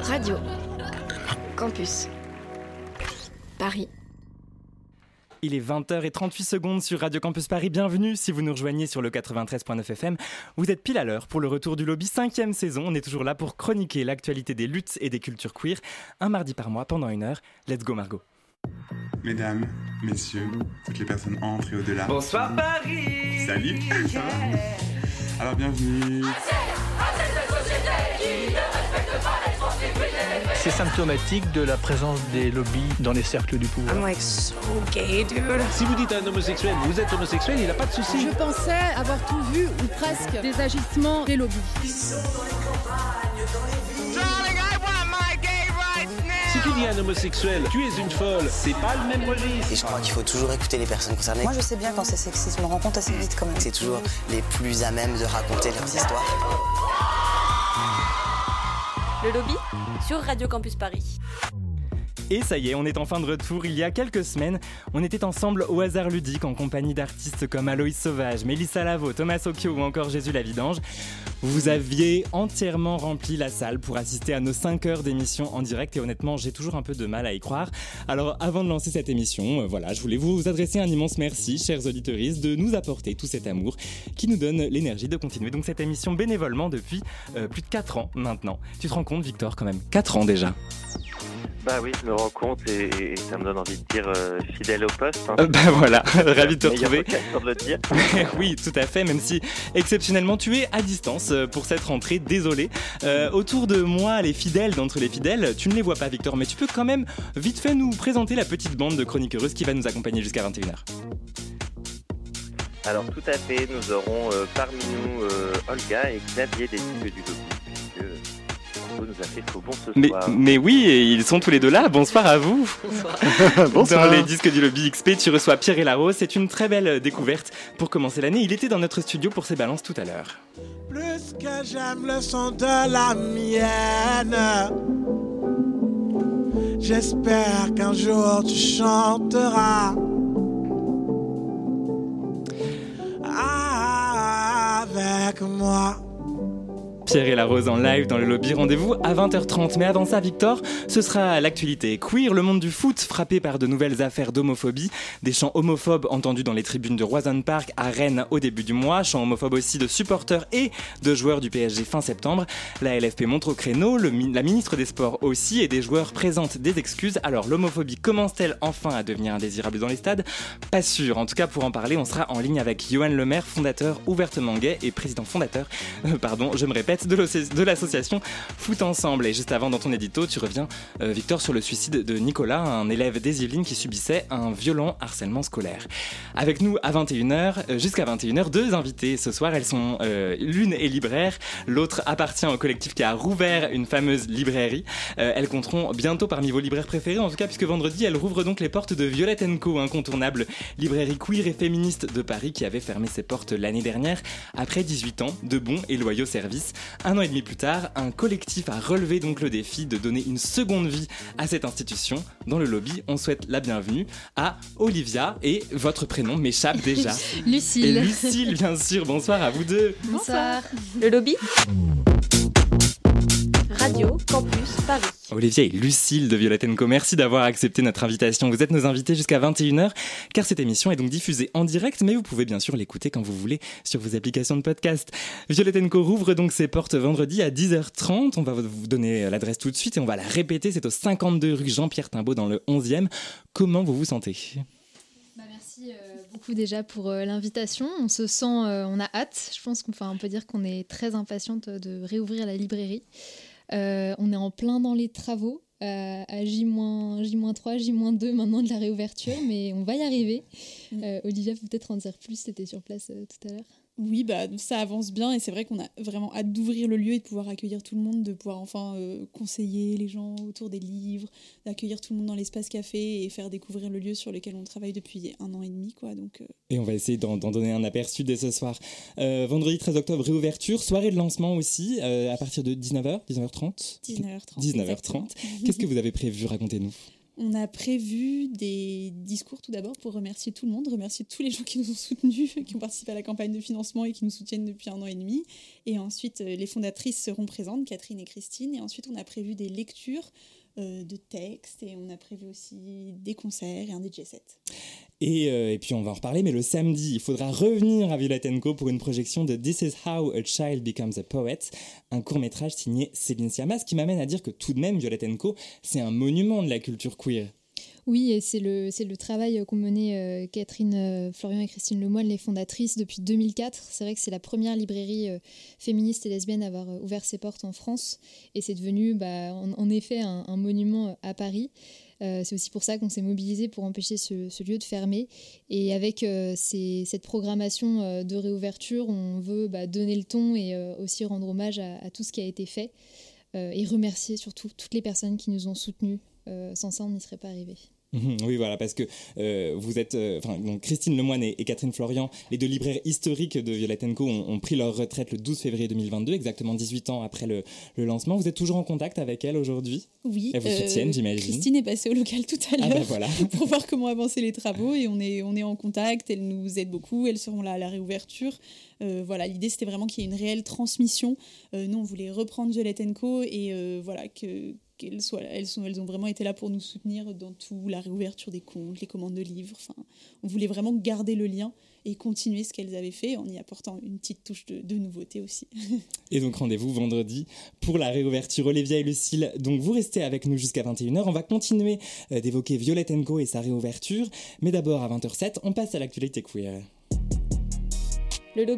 Radio Campus Paris. Il est 20h38 sur Radio Campus Paris. Bienvenue si vous nous rejoignez sur le 93.9 FM. Vous êtes pile à l'heure pour le retour du Lobby 5e saison. On est toujours là pour chroniquer l'actualité des luttes et des cultures queer. Un mardi par mois pendant 1 heure. Let's go Margot. Mesdames, messieurs, toutes les personnes entrent et au-delà. Bonsoir Paris. Salut. Ça va ? Alors bienvenue. C'est symptomatique de la présence des lobbies dans les cercles du pouvoir. I'm like so gay, dude. Si vous dites à un homosexuel, vous êtes homosexuel, il n'a pas de souci. Je pensais avoir tout vu, ou presque, des agissements des lobbies. Si tu dis à un homosexuel, tu es une folle, c'est pas le même registre. Et je crois qu'il faut toujours écouter les personnes concernées. Moi je sais bien quand c'est sexiste, je me rends compte assez vite quand même. C'est toujours les plus à même de raconter leurs histoires. Le Lobby sur Radio Campus Paris. Et ça y est, on est enfin de retour. Il y a quelques semaines, on était ensemble au hasard ludique en compagnie d'artistes comme Aloïs Sauvage, Mélissa Lavo, Thomas Occhio ou encore Jésus Lavidange. Vous aviez entièrement rempli la salle pour assister à nos 5 heures d'émission en direct et honnêtement, j'ai toujours un peu de mal à y croire. Alors avant de lancer cette émission, je voulais vous adresser un immense merci, chers auditeuristes, de nous apporter tout cet amour qui nous donne l'énergie de continuer donc cette émission bénévolement depuis plus de 4 ans maintenant. Tu te rends compte, Victor, quand même 4 ans déjà. Bah oui, je me rends compte et ça me donne envie de dire fidèle au poste. Hein. Voilà, ravi de te retrouver. Il y a pas de le dire. Oui, tout à fait, même si exceptionnellement tu es à distance pour cette rentrée, désolé. Autour de moi, les fidèles d'entre les fidèles, tu ne les vois pas Victor, mais tu peux quand même vite fait nous présenter la petite bande de chroniqueuses qui va nous accompagner jusqu'à 21h. Alors tout à fait, nous aurons parmi nous Olga et Xavier des Disques du Lobby. Nous a fait trop bon ce soir. Mais oui, et ils sont tous les deux là. Bonsoir à vous. Bonsoir. Bonsoir. Dans les disques du Lobby XP, tu reçois Pierre et Larose. C'est une très belle découverte pour commencer l'année. Il était dans notre studio pour ses balances tout à l'heure. Plus que j'aime le son de la mienne, j'espère qu'un jour tu chanteras avec moi. Pierre et Larose en live dans le Lobby, rendez-vous à 20h30. Mais avant ça, Victor, ce sera l'actualité queer, le monde du foot frappé par de nouvelles affaires d'homophobie, des chants homophobes entendus dans les tribunes de Roison Park à Rennes au début du mois, chants homophobes aussi de supporters et de joueurs du PSG fin septembre. La LFP montre au créneau, la ministre des Sports aussi, et des joueurs présentent des excuses. Alors l'homophobie commence-t-elle enfin à devenir indésirable dans les stades ? Pas sûr. En tout cas, pour en parler, on sera en ligne avec Johan Lemaire, fondateur ouvertement gay et président fondateur, je me répète, de l'association Foot Ensemble. Et juste avant, dans ton édito, tu reviens, Victor, sur le suicide de Nicolas, un élève des Yvelines qui subissait un violent harcèlement scolaire. Avec nous à 21h, jusqu'à 21h, 2 invités ce soir. Elles sont, l'une est libraire, l'autre appartient au collectif qui a rouvert une fameuse librairie. Elles compteront bientôt parmi vos libraires préférés, en tout cas, puisque vendredi, elles rouvrent donc les portes de Violet & Co, incontournable librairie queer et féministe de Paris qui avait fermé ses portes l'année dernière après 18 ans de bons et loyaux services. 1 an et demi plus tard, un collectif a relevé donc le défi de donner une seconde vie à cette institution. Dans le Lobby, on souhaite la bienvenue à Olivia et votre prénom m'échappe déjà. Lucille. Et Lucille, bien sûr. Bonsoir à vous deux. Bonsoir. Le Lobby Radio Campus Paris. Olivia et Lucille de Violet & Co, merci d'avoir accepté notre invitation. Vous êtes nos invités jusqu'à 21h, car cette émission est donc diffusée en direct, mais vous pouvez bien sûr l'écouter quand vous voulez sur vos applications de podcast. Violet & Co rouvre donc ses portes vendredi à 10h30. On va vous donner l'adresse tout de suite et on va la répéter. C'est au 52 rue Jean-Pierre Timbaud dans le 11e. Comment vous vous sentez ? Merci beaucoup déjà pour l'invitation. On se sent, on a hâte. Je pense on peut dire qu'on est très impatiente de réouvrir la librairie. On est en plein dans les travaux, à J-3, J-2 maintenant de la réouverture, mais on va y arriver. Olivia peut peut-être en dire plus, tu étais sur place tout à l'heure. Oui, ça avance bien et c'est vrai qu'on a vraiment hâte d'ouvrir le lieu et de pouvoir accueillir tout le monde, de pouvoir enfin conseiller les gens autour des livres, d'accueillir tout le monde dans l'espace café et faire découvrir le lieu sur lequel on travaille depuis 1 an et demi. Et on va essayer d'en donner un aperçu dès ce soir. Vendredi 13 octobre, réouverture, soirée de lancement aussi, à partir de 19h, 19h30 19h30. 19h30. Qu'est-ce que vous avez prévu ? Racontez-nous. On a prévu des discours tout d'abord pour remercier tout le monde, remercier tous les gens qui nous ont soutenus, qui ont participé à la campagne de financement et qui nous soutiennent depuis 1 an et demi. Et ensuite, les fondatrices seront présentes, Catherine et Christine. Et ensuite, on a prévu des lectures de textes et on a prévu aussi des concerts et un DJ set. Et puis on va en reparler, mais le samedi, il faudra revenir à Violette & Co pour une projection de This is How a Child Becomes a Poet, un court-métrage signé Céline Sciamma, ce qui m'amène à dire que tout de même, Violette & Co, c'est un monument de la culture queer. Oui, et c'est le travail qu'ont mené Catherine Florian et Christine Lemoine, les fondatrices, depuis 2004. C'est vrai que c'est la première librairie féministe et lesbienne à avoir ouvert ses portes en France. Et c'est devenu, en effet, un monument à Paris. C'est aussi pour ça qu'on s'est mobilisé pour empêcher ce lieu de fermer. Et avec cette programmation de réouverture, on veut donner le ton et aussi rendre hommage à tout ce qui a été fait. Et remercier surtout toutes les personnes qui nous ont soutenus. Sans ça, on n'y serait pas arrivé. Oui, voilà, parce que vous êtes, donc Christine Lemoine et Catherine Florian, les 2 libraires historiques de Violette & Co, ont pris leur retraite le 12 février 2022, exactement 18 ans après le lancement. Vous êtes toujours en contact avec elles aujourd'hui ? Oui. Elles vous soutiennent, j'imagine. Christine est passée au local tout à l'heure voilà. pour voir comment avancer les travaux et on est en contact. Elles nous aident beaucoup. Elles seront là à la réouverture. Voilà, l'idée c'était vraiment qu'il y ait une réelle transmission. Nous, on voulait reprendre Violette & Co et voilà elles ont vraiment été là pour nous soutenir dans tout, la réouverture des comptes, les commandes de livres. Enfin, on voulait vraiment garder le lien et continuer ce qu'elles avaient fait en y apportant une petite touche de nouveauté aussi. Et donc rendez-vous vendredi pour la réouverture. Olivia et Lucille, donc vous restez avec nous jusqu'à 21h. On va continuer d'évoquer Violette & Co et sa réouverture. Mais d'abord à 20h07, on passe à l'actualité queer. Le lobby ?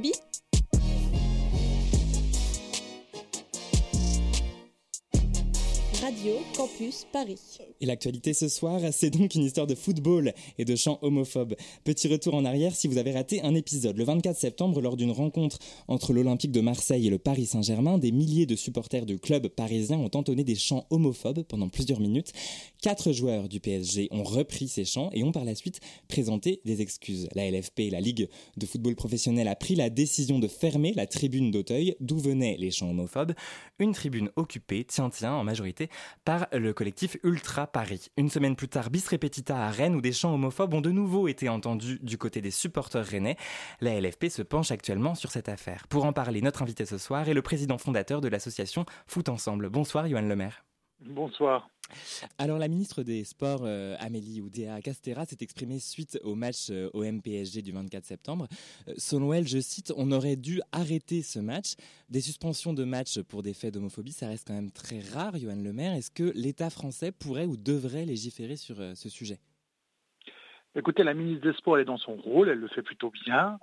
Radio Campus Paris. Et l'actualité ce soir, c'est donc une histoire de football et de chants homophobes. Petit retour en arrière si vous avez raté un épisode. Le 24 septembre, lors d'une rencontre entre l'Olympique de Marseille et le Paris Saint-Germain, des milliers de supporters de clubs parisiens ont entonné des chants homophobes pendant plusieurs minutes. 4 joueurs du PSG ont repris ces chants et ont par la suite présenté des excuses. La LFP, la Ligue de football professionnel, a pris la décision de fermer la tribune d'Auteuil, d'où venaient les chants homophobes. Une tribune occupée, tiens, en majorité, par le collectif Ultra Paris. Une semaine plus tard, bis repetita à Rennes, où des chants homophobes ont de nouveau été entendus du côté des supporters rennais. La LFP se penche actuellement sur cette affaire. Pour en parler, notre invité ce soir est le président fondateur de l'association Foot Ensemble. Bonsoir, Yoann Lemaire. Bonsoir. Alors la ministre des Sports, Amélie Oudéa-Castéra, s'est exprimée suite au match OM-PSG du 24 septembre. Selon elle, je cite, on aurait dû arrêter ce match. Des suspensions de match pour des faits d'homophobie, ça reste quand même très rare, Yoann Lemaire. Est-ce que l'État français pourrait ou devrait légiférer sur ce sujet ? Écoutez, la ministre des Sports, elle est dans son rôle, elle le fait plutôt bien.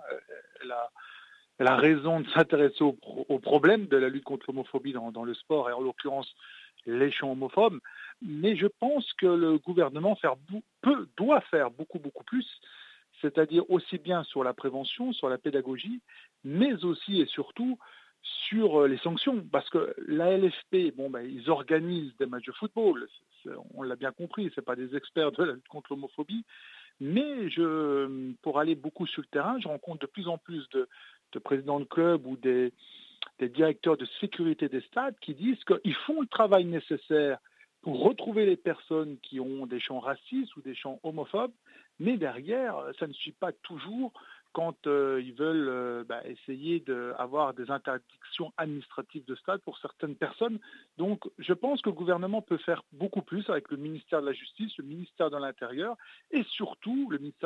Elle a raison de s'intéresser au problème de la lutte contre l'homophobie dans le sport, et en l'occurrence les chants homophobes. Mais je pense que le gouvernement doit faire beaucoup plus, c'est-à-dire aussi bien sur la prévention, sur la pédagogie, mais aussi et surtout sur les sanctions. Parce que la LFP, ils organisent des matchs de football, on l'a bien compris, ce n'est pas des experts de la lutte contre l'homophobie, mais pour aller beaucoup sur le terrain, je rencontre de plus en plus de présidents de clubs ou des directeurs de sécurité des stades qui disent qu'ils font le travail nécessaire pour retrouver les personnes qui ont des chants racistes ou des chants homophobes, mais derrière, ça ne suit pas toujours quand ils veulent essayer d'avoir des interdictions administratives de stade pour certaines personnes. Donc je pense que le gouvernement peut faire beaucoup plus avec le ministère de la Justice, le ministère de l'Intérieur et surtout le ministère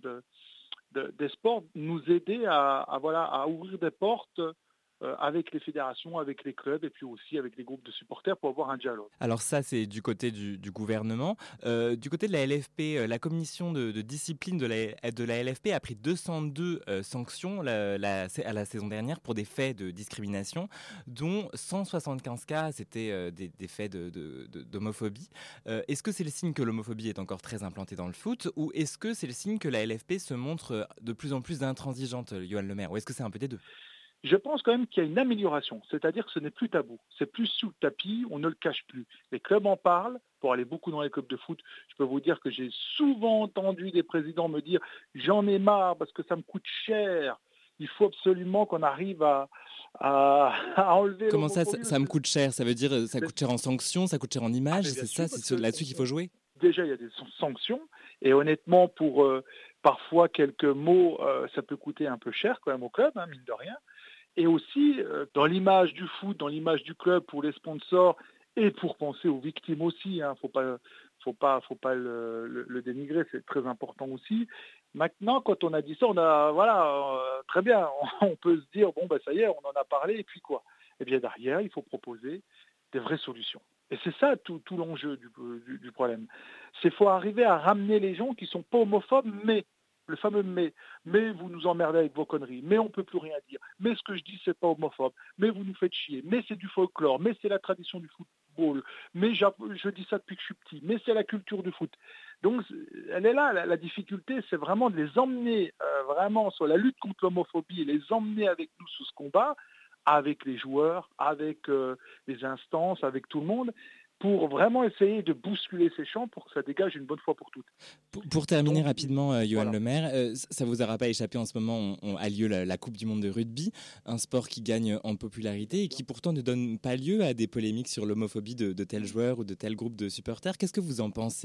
des Sports, nous aider à ouvrir des portes avec les fédérations, avec les clubs et puis aussi avec les groupes de supporters pour avoir un dialogue. Alors ça, c'est du côté du gouvernement. Du côté de la LFP, la commission de discipline de la LFP a pris 202 sanctions à la saison dernière pour des faits de discrimination, dont 175 cas, c'était des faits d'homophobie. Est-ce que c'est le signe que l'homophobie est encore très implantée dans le foot, ou est-ce que c'est le signe que la LFP se montre de plus en plus intransigeante, Yoann Lemaire, ou est-ce que c'est un peu des deux ? Je pense quand même qu'il y a une amélioration, c'est-à-dire que ce n'est plus tabou, c'est plus sous le tapis, on ne le cache plus. Les clubs en parlent, pour aller beaucoup dans les clubs de foot, je peux vous dire que j'ai souvent entendu des présidents me dire « j'en ai marre parce que ça me coûte cher, il faut absolument qu'on arrive à enlever Comment ça me coûte cher ? Ça veut dire ça coûte cher en sanctions, ça coûte cher en images, c'est ça, c'est là-dessus qu'il faut jouer ? déjà il y a des sanctions, et honnêtement, pour parfois quelques mots, ça peut coûter un peu cher quand même au club, mine de rien. Et aussi, dans l'image du foot, dans l'image du club, pour les sponsors, et pour penser aux victimes aussi, faut pas le dénigrer, c'est très important aussi. Maintenant, quand on a dit ça, très bien, on peut se dire, ça y est, on en a parlé, et puis quoi? Eh bien derrière, il faut proposer des vraies solutions. Et c'est ça tout l'enjeu du problème. C'est qu'il faut arriver à ramener les gens qui ne sont pas homophobes, mais, le fameux mais vous nous emmerdez avec vos conneries, mais on ne peut plus rien dire, mais ce que je dis, c'est pas homophobe, mais vous nous faites chier, mais c'est du folklore, mais c'est la tradition du football, mais je dis ça depuis que je suis petit, mais c'est la culture du foot. Donc elle est là, la difficulté, c'est vraiment de les emmener vraiment sur la lutte contre l'homophobie et les emmener avec nous sous ce combat, avec les joueurs, avec les instances, avec tout le monde, pour vraiment essayer de bousculer ces champs pour que ça dégage une bonne fois pour toutes. Pour terminer rapidement, Yoann Lemaire, ça ne vous aura pas échappé, en ce moment a lieu la Coupe du monde de rugby, un sport qui gagne en popularité et qui pourtant ne donne pas lieu à des polémiques sur l'homophobie de tel joueur ou de tel groupe de supporters. Qu'est-ce que vous en pensez ?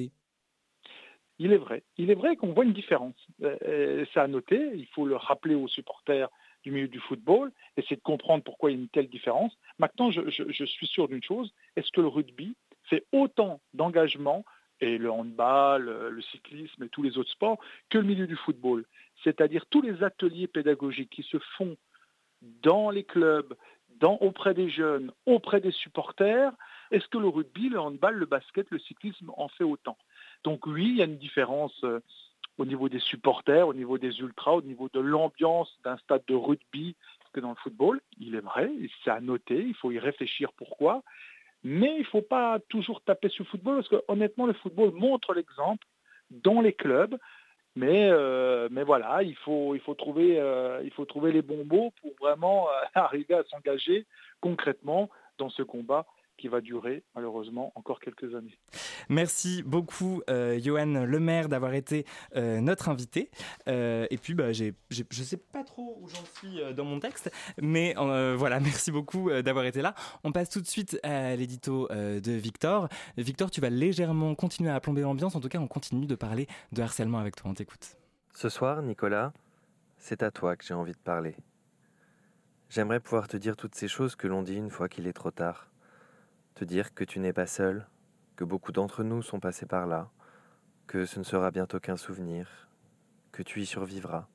Il est vrai qu'on voit une différence. C'est à noter, il faut le rappeler aux supporters du milieu du football, essayer de comprendre pourquoi il y a une telle différence. Maintenant, je suis sûr d'une chose, est-ce que le rugby fait autant d'engagement, et le handball, le cyclisme et tous les autres sports, que le milieu du football? C'est-à-dire tous les ateliers pédagogiques qui se font dans les clubs, auprès des jeunes, auprès des supporters, est-ce que le rugby, le handball, le basket, le cyclisme en fait autant? Donc oui, il y a une différence au niveau des supporters, au niveau des ultras, au niveau de l'ambiance d'un stade de rugby que dans le football. Il est vrai, c'est à noter, il faut y réfléchir pourquoi. Mais il ne faut pas toujours taper sur le football, parce que honnêtement, le football montre l'exemple dans les clubs. Mais voilà, il faut trouver les bons mots pour vraiment arriver à s'engager concrètement dans ce combat qui va durer malheureusement encore quelques années. Merci beaucoup Yoann Lemaire d'avoir été notre invité. Et puis je sais pas trop où j'en suis dans mon texte, mais voilà, merci beaucoup d'avoir été là. On passe tout de suite à l'édito de Victor. Victor, tu vas légèrement continuer à plomber l'ambiance. En tout cas, on continue de parler de harcèlement avec toi. On t'écoute. Ce soir, Nicolas, c'est à toi que j'ai envie de parler. J'aimerais pouvoir te dire toutes ces choses que l'on dit une fois qu'il est trop tard. Te dire que tu n'es pas seul, que beaucoup d'entre nous sont passés par là, que ce ne sera bientôt qu'un souvenir, que tu y survivras.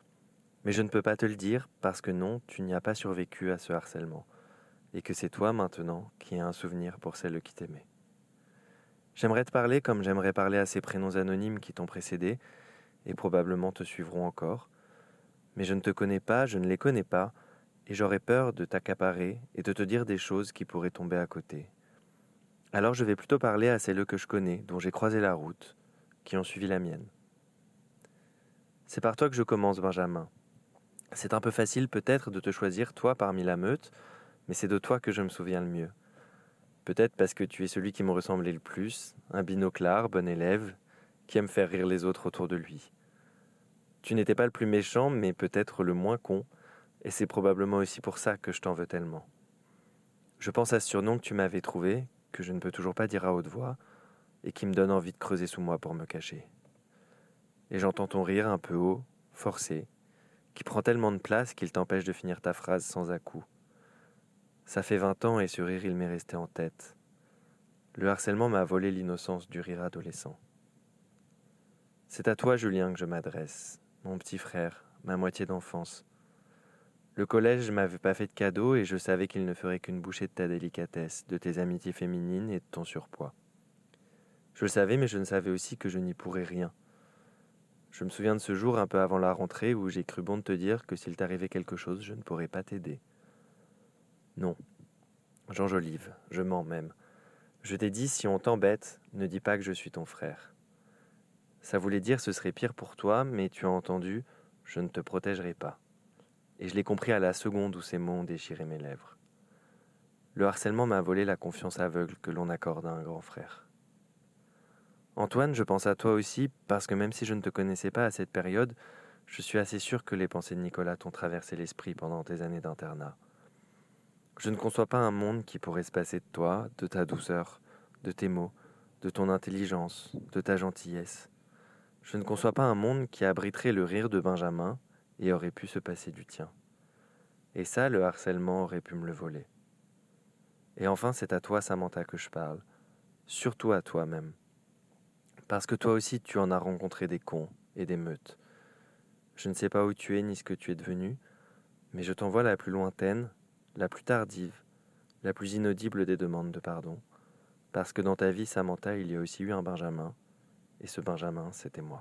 Mais je ne peux pas te le dire parce que non, tu n'y as pas survécu à ce harcèlement, et que c'est toi maintenant qui as un souvenir pour celle qui t'aimait. J'aimerais te parler comme j'aimerais parler à ces prénoms anonymes qui t'ont précédé, et probablement te suivront encore, mais je ne te connais pas, je ne les connais pas, et j'aurais peur de t'accaparer et de te dire des choses qui pourraient tomber à côté. Alors je vais plutôt parler à celles que je connais, dont j'ai croisé la route, qui ont suivi la mienne. C'est par toi que je commence, Benjamin. C'est un peu facile peut-être de te choisir, toi, parmi la meute, mais c'est de toi que je me souviens le mieux. Peut-être parce que tu es celui qui me ressemblait le plus, un binoclard, bon élève, qui aime faire rire les autres autour de lui. Tu n'étais pas le plus méchant, mais peut-être le moins con, et c'est probablement aussi pour ça que je t'en veux tellement. Je pense à ce surnom que tu m'avais trouvé, que je ne peux toujours pas dire à haute voix, et qui me donne envie de creuser sous moi pour me cacher. Et j'entends ton rire un peu haut, forcé, qui prend tellement de place qu'il t'empêche de finir ta phrase sans à-coup. Ça fait 20 ans et ce rire il m'est resté en tête. Le harcèlement m'a volé l'innocence du rire adolescent. C'est à toi, Julien, que je m'adresse, mon petit frère, ma moitié d'enfance. Le collège ne m'avait pas fait de cadeau et je savais qu'il ne ferait qu'une bouchée de ta délicatesse, de tes amitiés féminines et de ton surpoids. Je le savais, mais je ne savais aussi que je n'y pourrais rien. Je me souviens de ce jour un peu avant la rentrée où j'ai cru bon de te dire que s'il t'arrivait quelque chose, je ne pourrais pas t'aider. Non, j'enjolive, je mens même. Je t'ai dit, si on t'embête, ne dis pas que je suis ton frère. Ça voulait dire ce serait pire pour toi, mais tu as entendu, je ne te protégerai pas. Et je l'ai compris à la seconde où ces mots ont déchiré mes lèvres. Le harcèlement m'a volé la confiance aveugle que l'on accorde à un grand frère. Antoine, je pense à toi aussi, parce que même si je ne te connaissais pas à cette période, je suis assez sûr que les pensées de Nicolas t'ont traversé l'esprit pendant tes années d'internat. Je ne conçois pas un monde qui pourrait se passer de toi, de ta douceur, de tes mots, de ton intelligence, de ta gentillesse. Je ne conçois pas un monde qui abriterait le rire de Benjamin et aurait pu se passer du tien. Et ça, le harcèlement aurait pu me le voler. Et enfin, c'est à toi, Samantha, que je parle. Surtout à toi même. Parce que toi aussi, tu en as rencontré des cons et des meutes. Je ne sais pas où tu es ni ce que tu es devenu, mais je t'envoie la plus lointaine, la plus tardive, la plus inaudible des demandes de pardon. Parce que dans ta vie, Samantha, il y a aussi eu un Benjamin, et ce Benjamin, c'était moi.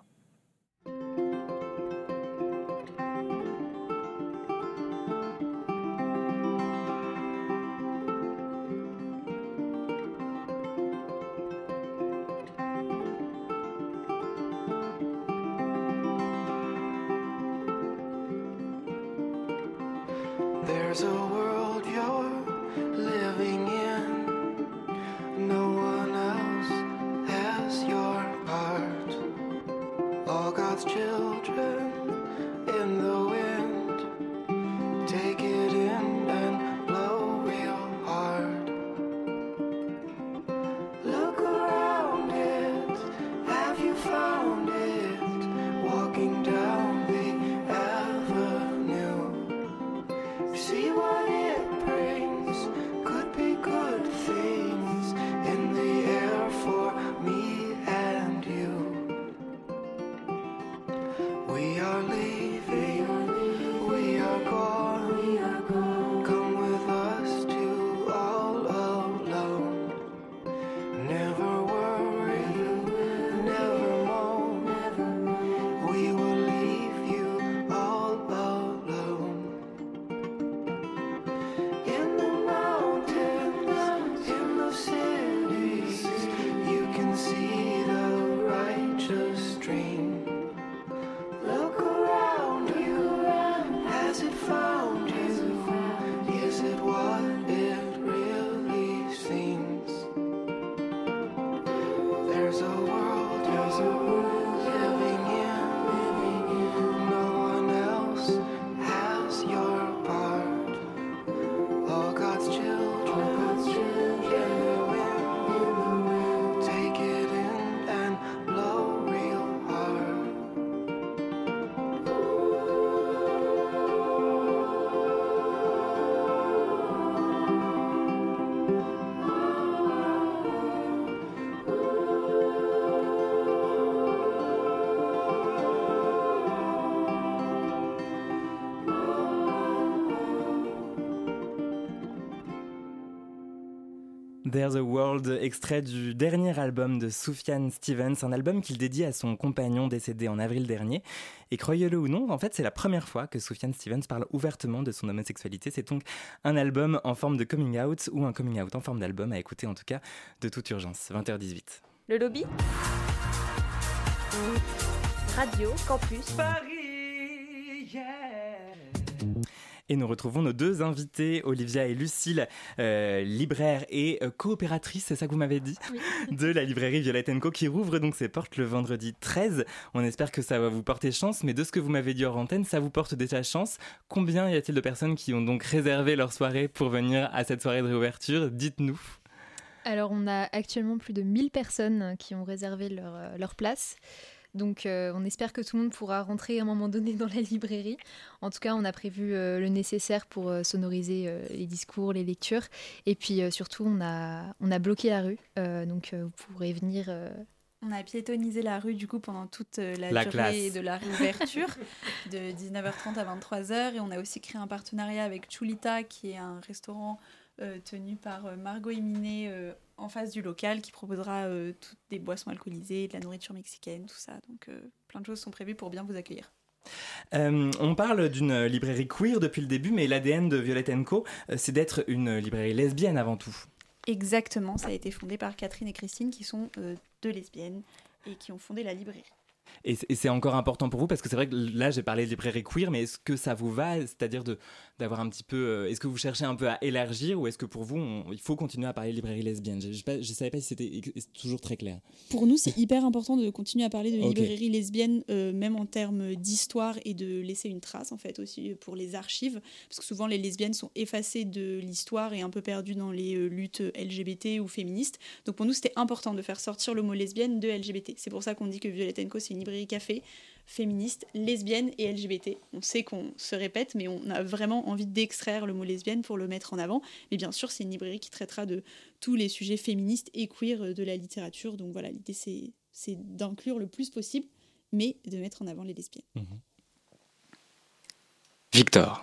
There's a world you're living in. No one else has your part. All God's children in the wind. Take it in and blow real hard. Look around it. Have you found it? Walking down the avenue. See what it brings, could be good things in the air for me and you. We are leaving, we are gone, come with us to all alone. Never worry, never moan, we will leave you all alone. In the mountains, in the cities, you can see the righteous stream. Look around you, has it found you? Is it what it really seems? There's a world living in, no one else has your part. All God's children in the wind. Take it in and blow real hard. There's a World, extrait du dernier album de Sufjan Stevens, un album qu'il dédie à son compagnon décédé en avril dernier. Et croyez-le ou non, en fait, c'est la première fois que Sufjan Stevens parle ouvertement de son homosexualité. C'est donc un album en forme de coming out, ou un coming out en forme d'album, à écouter en tout cas de toute urgence. 20h18. Le lobby Radio Campus Paris, yeah. Et nous retrouvons nos deux invités, Olivia et Lucille, libraires et coopératrices, c'est ça que vous m'avez dit, oui. De la librairie Violette & Co qui rouvre donc ses portes le vendredi 13. On espère que ça va vous porter chance, mais de ce que vous m'avez dit hors antenne, ça vous porte déjà chance. Combien y a-t-il de personnes qui ont donc réservé leur soirée pour venir à cette soirée de réouverture ? Dites-nous. Alors, on a actuellement plus de 1000 personnes qui ont réservé leur place. Donc, on espère que tout le monde pourra rentrer à un moment donné dans la librairie. En tout cas, on a prévu le nécessaire pour sonoriser les discours, les lectures. Et puis, surtout, on a bloqué la rue. Donc, vous pourrez venir... On a piétonnisé la rue du coup pendant toute la durée classe. de la réouverture, de 19h30 à 23h. Et on a aussi créé un partenariat avec Chulita, qui est un restaurant tenu par Margot Iminé en face du local, qui proposera toutes des boissons alcoolisées, de la nourriture mexicaine, tout ça. Donc plein de choses sont prévues pour bien vous accueillir. On parle d'une librairie queer depuis le début, mais l'ADN de Violette & Co, c'est d'être une librairie lesbienne avant tout. Exactement, ça a été fondé par Catherine et Christine, qui sont deux lesbiennes et qui ont fondé la librairie. Et c'est encore important pour vous, parce que c'est vrai que là, j'ai parlé de librairie queer, mais est-ce que ça vous va, c'est-à-dire d'avoir un petit peu... est-ce que vous cherchez un peu à élargir, ou est-ce que pour vous, il faut continuer à parler de librairie lesbienne ? Je ne savais pas si c'était toujours très clair. Pour nous, c'est hyper important de continuer à parler de librairie lesbienne, même en termes d'histoire, et de laisser une trace, en fait, aussi pour les archives, parce que souvent, les lesbiennes sont effacées de l'histoire et un peu perdues dans les luttes LGBT ou féministes. Donc pour nous, c'était important de faire sortir le mot lesbienne de LGBT. C'est pour ça qu'on dit que Violette & Co, c'est une librairie café féministe, lesbienne et LGBT. On sait qu'on se répète, mais on a vraiment envie d'extraire le mot lesbienne pour le mettre en avant. Mais bien sûr, c'est une librairie qui traitera de tous les sujets féministes et queer de la littérature. Donc voilà, l'idée, c'est d'inclure le plus possible, mais de mettre en avant les lesbiennes. Victor,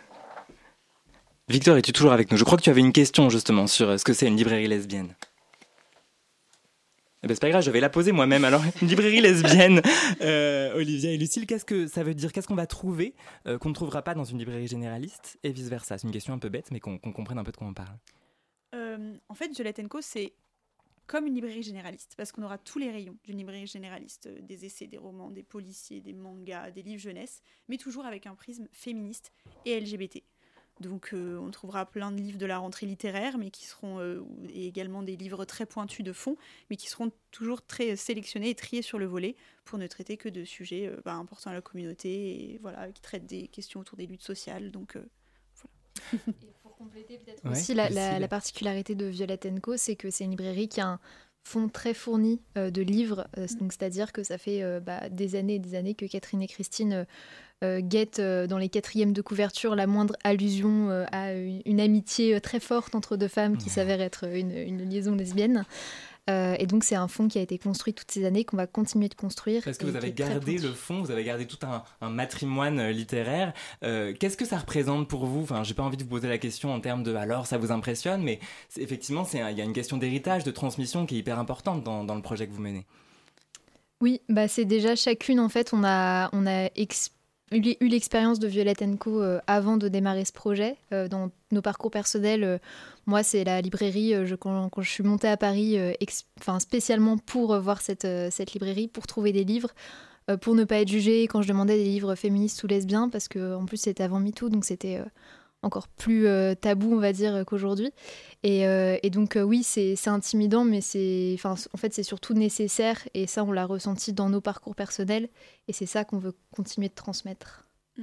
es-tu toujours avec nous ? Je crois que tu avais une question justement sur ce que c'est une librairie lesbienne. Eh ben c'est pas grave, je vais la poser moi-même. Alors, une librairie lesbienne, Olivia et Lucille, qu'est-ce que ça veut dire ? Qu'est-ce qu'on va trouver qu'on ne trouvera pas dans une librairie généraliste et vice-versa ? C'est une question un peu bête, mais qu'on comprenne un peu de quoi on parle. En fait, Violette & Co, c'est comme une librairie généraliste, parce qu'on aura tous les rayons d'une librairie généraliste, des essais, des romans, des policiers, des mangas, des livres jeunesse, mais toujours avec un prisme féministe et LGBT. Donc on trouvera plein de livres de la rentrée littéraire, mais qui seront et également des livres très pointus de fond, mais qui seront toujours très sélectionnés et triés sur le volet pour ne traiter que de sujets importants à la communauté et voilà, qui traitent des questions autour des luttes sociales. Donc voilà. Et pour compléter peut-être aussi la particularité de Violette & Co, c'est que c'est une librairie qui a un fond très fourni de livres, donc c'est-à-dire que ça fait des années et des années que Catherine et Christine guettent dans les 4e de couverture la moindre allusion à une amitié très forte entre deux femmes qui s'avère être une liaison lesbienne. Et donc c'est un fond qui a été construit toutes ces années, qu'on va continuer de construire. Parce que vous avez gardé le fond, vous avez gardé tout un matrimoine littéraire. Qu'est-ce que ça représente pour vous ? Enfin, j'ai pas envie de vous poser la question en termes de alors ça vous impressionne, mais effectivement il y a une question d'héritage, de transmission qui est hyper importante dans le projet que vous menez. Oui, c'est déjà chacune en fait, on a eu l'expérience de Violette & Co avant de démarrer ce projet. Dans nos parcours personnels, moi, c'est la librairie, quand je suis montée à Paris, spécialement pour voir cette librairie, pour trouver des livres, pour ne pas être jugée quand je demandais des livres féministes ou lesbiens, parce qu'en plus, c'était avant MeToo, donc c'était encore plus tabou, on va dire, qu'aujourd'hui. Et donc, oui, c'est intimidant, mais en fait, c'est surtout nécessaire. Et ça, on l'a ressenti dans nos parcours personnels. Et c'est ça qu'on veut continuer de transmettre.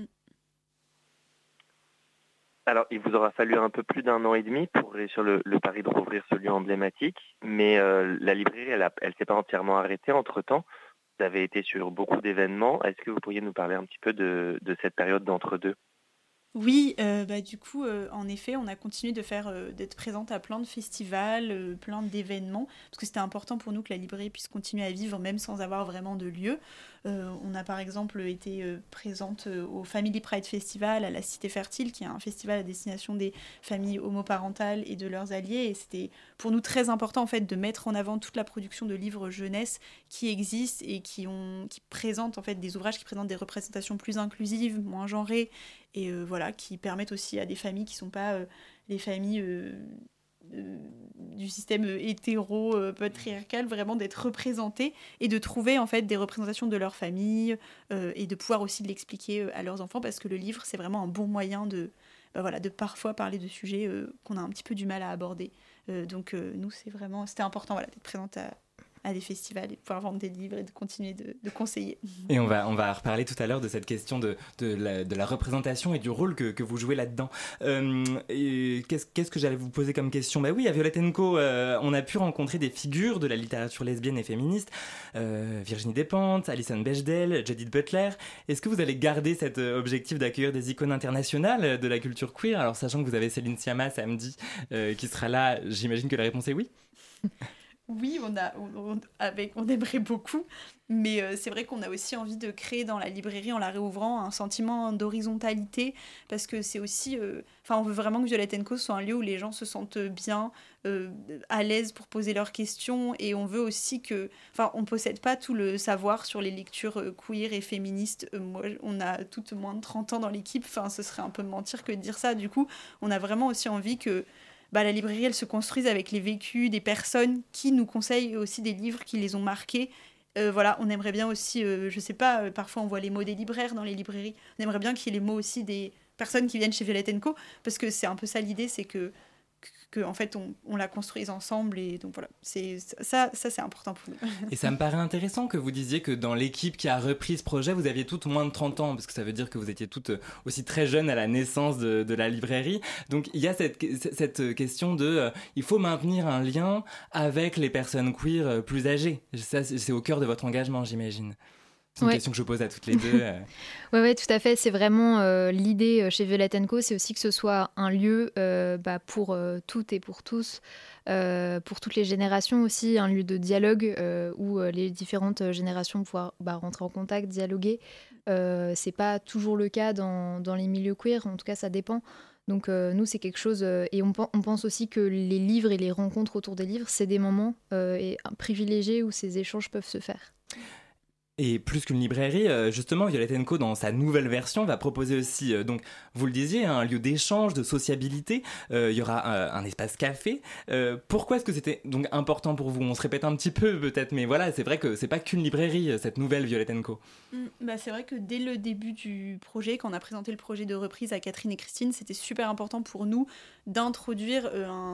Alors, il vous aura fallu un peu plus d'1 an et demi pour réussir le pari de rouvrir ce lieu emblématique. Mais la librairie, elle s'est pas entièrement arrêtée entre-temps. Vous avez été sur beaucoup d'événements. Est-ce que vous pourriez nous parler un petit peu de cette période d'entre-deux ? Oui, du coup, en effet, on a continué d'être présente à plein de festivals, plein d'événements, parce que c'était important pour nous que la librairie puisse continuer à vivre, même sans avoir vraiment de lieu. On a par exemple été présente au Family Pride Festival à la Cité Fertile, qui est un festival à destination des familles homoparentales et de leurs alliés. Et c'était pour nous très important en fait, de mettre en avant toute la production de livres jeunesse qui existent et qui présentent en fait, des ouvrages qui présentent des représentations plus inclusives, moins genrées, et qui permettent aussi à des familles qui ne sont pas les familles du système hétéro-patriarcal, vraiment d'être représentées et de trouver en fait des représentations de leur famille et de pouvoir aussi l'expliquer à leurs enfants, parce que le livre, c'est vraiment un bon moyen de parfois parler de sujets qu'on a un petit peu du mal à aborder. Donc nous, c'était important d'être présente à des festivals et de pouvoir vendre des livres et de continuer de conseiller. Et on va reparler tout à l'heure de cette question de la représentation et du rôle que vous jouez là-dedans. Et qu'est-ce que j'allais vous poser comme question ? Oui, à Violette & Co, on a pu rencontrer des figures de la littérature lesbienne et féministe, Virginie Despentes, Alison Bechdel, Judith Butler. Est-ce que vous allez garder cet objectif d'accueillir des icônes internationales de la culture queer ? Alors, sachant que vous avez Céline Sciamma samedi qui sera là, j'imagine que la réponse est oui. Oui, on aimerait beaucoup, mais c'est vrai qu'on a aussi envie de créer dans la librairie, en la réouvrant, un sentiment d'horizontalité, parce que c'est aussi... on veut vraiment que Violette & Co soit un lieu où les gens se sentent bien, à l'aise pour poser leurs questions, et on veut aussi que... on ne possède pas tout le savoir sur les lectures queer et féministes. Moi, on a toutes moins de 30 ans dans l'équipe, ce serait un peu mentir que de dire ça. Du coup, on a vraiment aussi envie que la librairie, elle se construise avec les vécus des personnes qui nous conseillent aussi des livres qui les ont marqués Voilà, on aimerait bien aussi, je sais pas, parfois on voit les mots des libraires dans les librairies, on aimerait bien qu'il y ait les mots aussi des personnes qui viennent chez Violette & Co, parce que c'est un peu ça l'idée, c'est que en fait on la construise ensemble, et donc voilà, c'est important pour nous. Et ça me paraît intéressant que vous disiez que dans l'équipe qui a repris ce projet, vous aviez toutes moins de 30 ans, parce que ça veut dire que vous étiez toutes aussi très jeunes à la naissance de la librairie. Donc il y a cette question de il faut maintenir un lien avec les personnes queer plus âgées. Ça, c'est au cœur de votre engagement, j'imagine. C'est une question que je pose à toutes les deux. Oui, tout à fait. C'est vraiment l'idée chez Violette & Co, c'est aussi que ce soit un lieu pour toutes et pour tous, pour toutes les générations aussi, un lieu de dialogue où les différentes générations pouvoir rentrer en contact, dialoguer. C'est pas toujours le cas dans les milieux queer, en tout cas ça dépend. Donc nous, c'est quelque chose, et on pense aussi que les livres et les rencontres autour des livres, c'est des moments privilégiés où ces échanges peuvent se faire. Et plus qu'une librairie, justement, Violette & Co, dans sa nouvelle version, va proposer aussi, donc, vous le disiez, un lieu d'échange, de sociabilité. Il y aura un espace café. Pourquoi est-ce que c'était donc important pour vous ? On se répète un petit peu, peut-être, mais voilà, c'est vrai que c'est pas qu'une librairie, cette nouvelle Violette & Co. C'est vrai que dès le début du projet, quand on a présenté le projet de reprise à Catherine et Christine, c'était super important pour nous d'introduire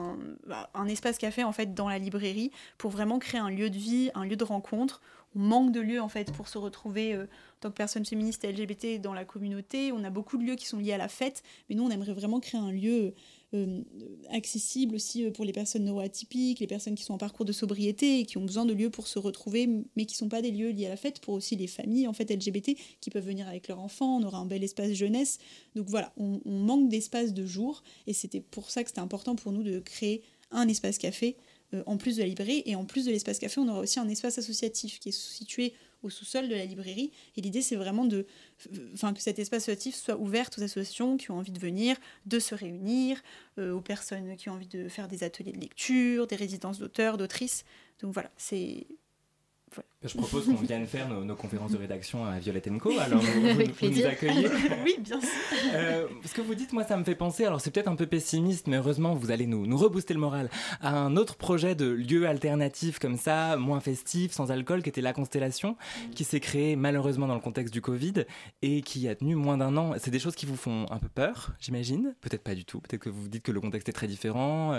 un espace café, en fait, dans la librairie, pour vraiment créer un lieu de vie, un lieu de rencontre. On manque de lieux en fait pour se retrouver en tant que personne féministe et LGBT dans la communauté. On a beaucoup de lieux qui sont liés à la fête, mais nous on aimerait vraiment créer un lieu accessible aussi pour les personnes neuroatypiques, les personnes qui sont en parcours de sobriété et qui ont besoin de lieux pour se retrouver, mais qui ne sont pas des lieux liés à la fête, pour aussi les familles en fait LGBT qui peuvent venir avec leurs enfants. On aura un bel espace jeunesse. Donc voilà, on manque d'espace de jour, et c'était pour ça que c'était important pour nous de créer un espace café en plus de la librairie. Et en plus de l'espace café, on aura aussi un espace associatif qui est situé au sous-sol de la librairie. Et l'idée, c'est vraiment que cet espace associatif soit ouvert aux associations qui ont envie de venir, de se réunir, aux personnes qui ont envie de faire des ateliers de lecture, des résidences d'auteurs, d'autrices. Donc voilà, c'est... Voilà. Je propose qu'on vienne faire nos conférences de rédaction à Violette & Co. Alors vous nous accueillez. Oui, bien sûr. Ce que vous dites, moi, ça me fait penser, alors c'est peut-être un peu pessimiste, mais heureusement, vous allez nous rebooster le moral, à un autre projet de lieu alternatif comme ça, moins festif, sans alcool, qui était La Constellation, qui s'est créé malheureusement dans le contexte du Covid et qui a tenu moins d'1 an. C'est des choses qui vous font un peu peur, j'imagine ? Peut-être pas du tout. Peut-être que vous vous dites que le contexte est très différent.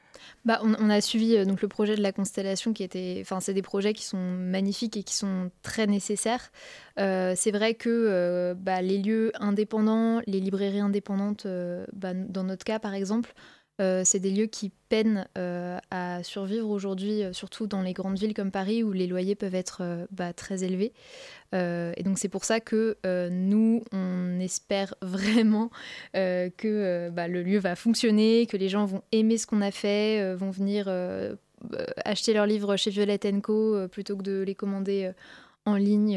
On a suivi donc le projet de La Constellation c'est des projets qui sont magnifiques et qui sont très nécessaires. C'est vrai que les lieux indépendants, les librairies indépendantes, dans notre cas par exemple, c'est des lieux qui peinent à survivre aujourd'hui, surtout dans les grandes villes comme Paris où les loyers peuvent être très élevés. Et donc c'est pour ça que nous, on espère vraiment que le lieu va fonctionner, que les gens vont aimer ce qu'on a fait, vont venir acheter leurs livres chez Violette & Co plutôt que de les commander en ligne,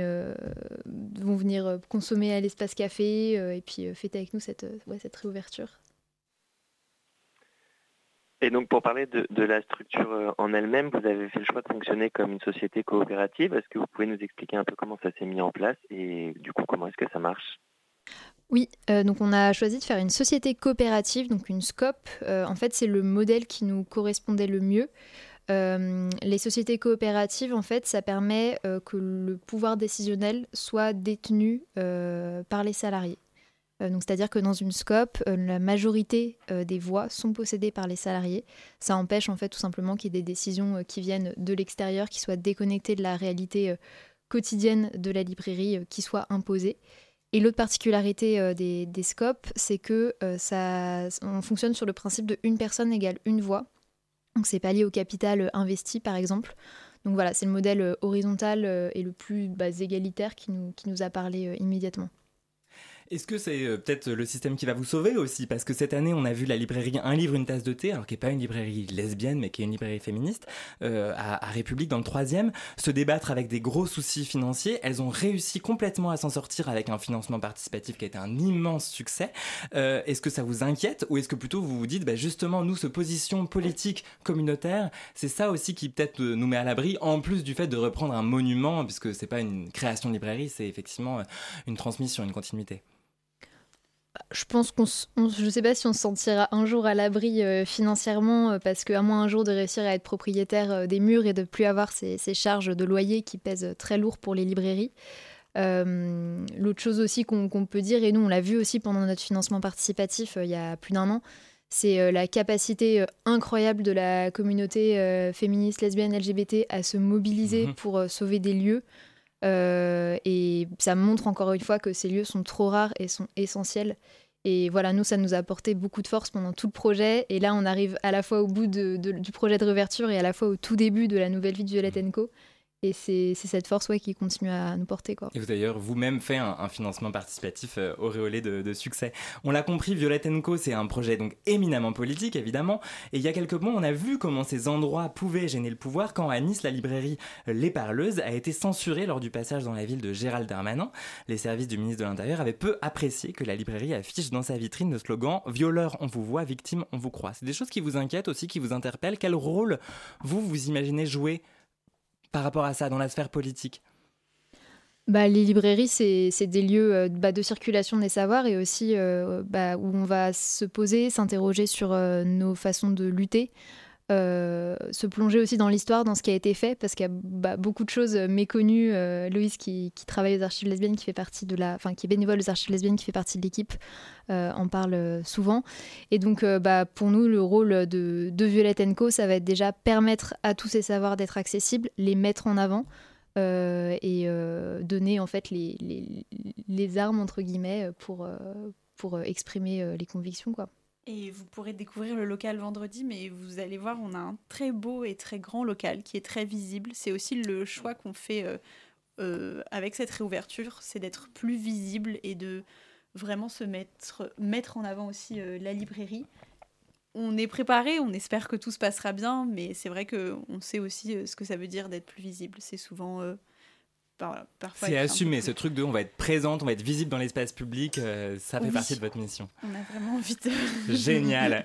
vont venir consommer à l'espace café et puis fêter avec nous cette réouverture. Et donc pour parler de la structure en elle-même, vous avez fait le choix de fonctionner comme une société coopérative. Est-ce que vous pouvez nous expliquer un peu comment ça s'est mis en place et du coup comment est-ce que ça marche ? Oui, donc on a choisi de faire une société coopérative, donc une SCOP. En fait, c'est le modèle qui nous correspondait le mieux. Les sociétés coopératives, en fait, ça permet que le pouvoir décisionnel soit détenu par les salariés. Donc, c'est-à-dire que dans une SCOP, la majorité des voix sont possédées par les salariés. Ça empêche en fait tout simplement qu'il y ait des décisions qui viennent de l'extérieur, qui soient déconnectées de la réalité quotidienne de la librairie, qui soient imposées. Et l'autre particularité des SCOP, c'est que on fonctionne sur le principe de une personne égale une voix. Donc c'est pas lié au capital investi par exemple. Donc voilà, c'est le modèle horizontal et le plus égalitaire qui nous a parlé immédiatement. Est-ce que c'est peut-être le système qui va vous sauver aussi ? Parce que cette année, on a vu la librairie Un livre, une tasse de thé, alors qui n'est pas une librairie lesbienne, mais qui est une librairie féministe, à République, dans le 3e, se débattre avec des gros soucis financiers. Elles ont réussi complètement à s'en sortir avec un financement participatif qui a été un immense succès. Est-ce que ça vous inquiète ? Ou est-ce que plutôt vous vous dites, justement, nous, ce position politique communautaire, c'est ça aussi qui peut-être nous met à l'abri, en plus du fait de reprendre un monument, puisque c'est pas une création de librairie, c'est effectivement une transmission, une continuité. Je pense je ne sais pas si on se sentira un jour à l'abri financièrement, parce qu'à moins un jour de réussir à être propriétaire des murs et de plus avoir ces charges de loyer qui pèsent très lourd pour les librairies. L'autre chose aussi qu'on peut dire, et nous on l'a vu aussi pendant notre financement participatif il y a plus d'1 an, c'est la capacité incroyable de la communauté féministe, lesbienne, LGBT à se mobiliser pour sauver des lieux. Et ça montre encore une fois que ces lieux sont trop rares et sont essentiels. Et voilà, nous, ça nous a apporté beaucoup de force pendant tout le projet. Et là, on arrive à la fois au bout du projet de réouverture et à la fois au tout début de la nouvelle vie de Violette & Co. Et c'est cette force qui continue à nous porter, quoi. Et vous d'ailleurs vous-même fait un financement participatif auréolé de succès. On l'a compris, Violette & Co, c'est un projet donc éminemment politique, évidemment. Et il y a quelques mois, on a vu comment ces endroits pouvaient gêner le pouvoir quand à Nice, la librairie Les Parleuses a été censurée lors du passage dans la ville de Gérald Darmanin. Les services du ministre de l'Intérieur avaient peu apprécié que la librairie affiche dans sa vitrine le slogan « Violeurs, on vous voit, victimes, on vous croit ». C'est des choses qui vous inquiètent aussi, qui vous interpellent. Quel rôle vous imaginez jouer par rapport à ça, dans la sphère politique? Les librairies, c'est des lieux de circulation des savoirs et aussi où on va se poser, s'interroger sur nos façons de lutter, se plonger aussi dans l'histoire, dans ce qui a été fait, parce qu'il y a beaucoup de choses méconnues. Loïs, qui travaille aux archives lesbiennes, qui est bénévole aux archives lesbiennes, qui fait partie de l'équipe, en parle souvent. Et donc, pour nous, le rôle de Violette & Co, ça va être déjà permettre à tous ces savoirs d'être accessibles, les mettre en avant, et donner en fait les armes, entre guillemets, pour exprimer les convictions, quoi. Et vous pourrez découvrir le local vendredi, mais vous allez voir, on a un très beau et très grand local qui est très visible. C'est aussi le choix qu'on fait avec cette réouverture, c'est d'être plus visible et de vraiment mettre en avant aussi la librairie. On est préparé, on espère que tout se passera bien, mais c'est vrai qu'on sait aussi ce que ça veut dire d'être plus visible. C'est souvent... parfois c'est assumé, ce truc de on va être présente, on va être visible dans l'espace public, ça fait partie de votre mission. On a vraiment envie de... Génial.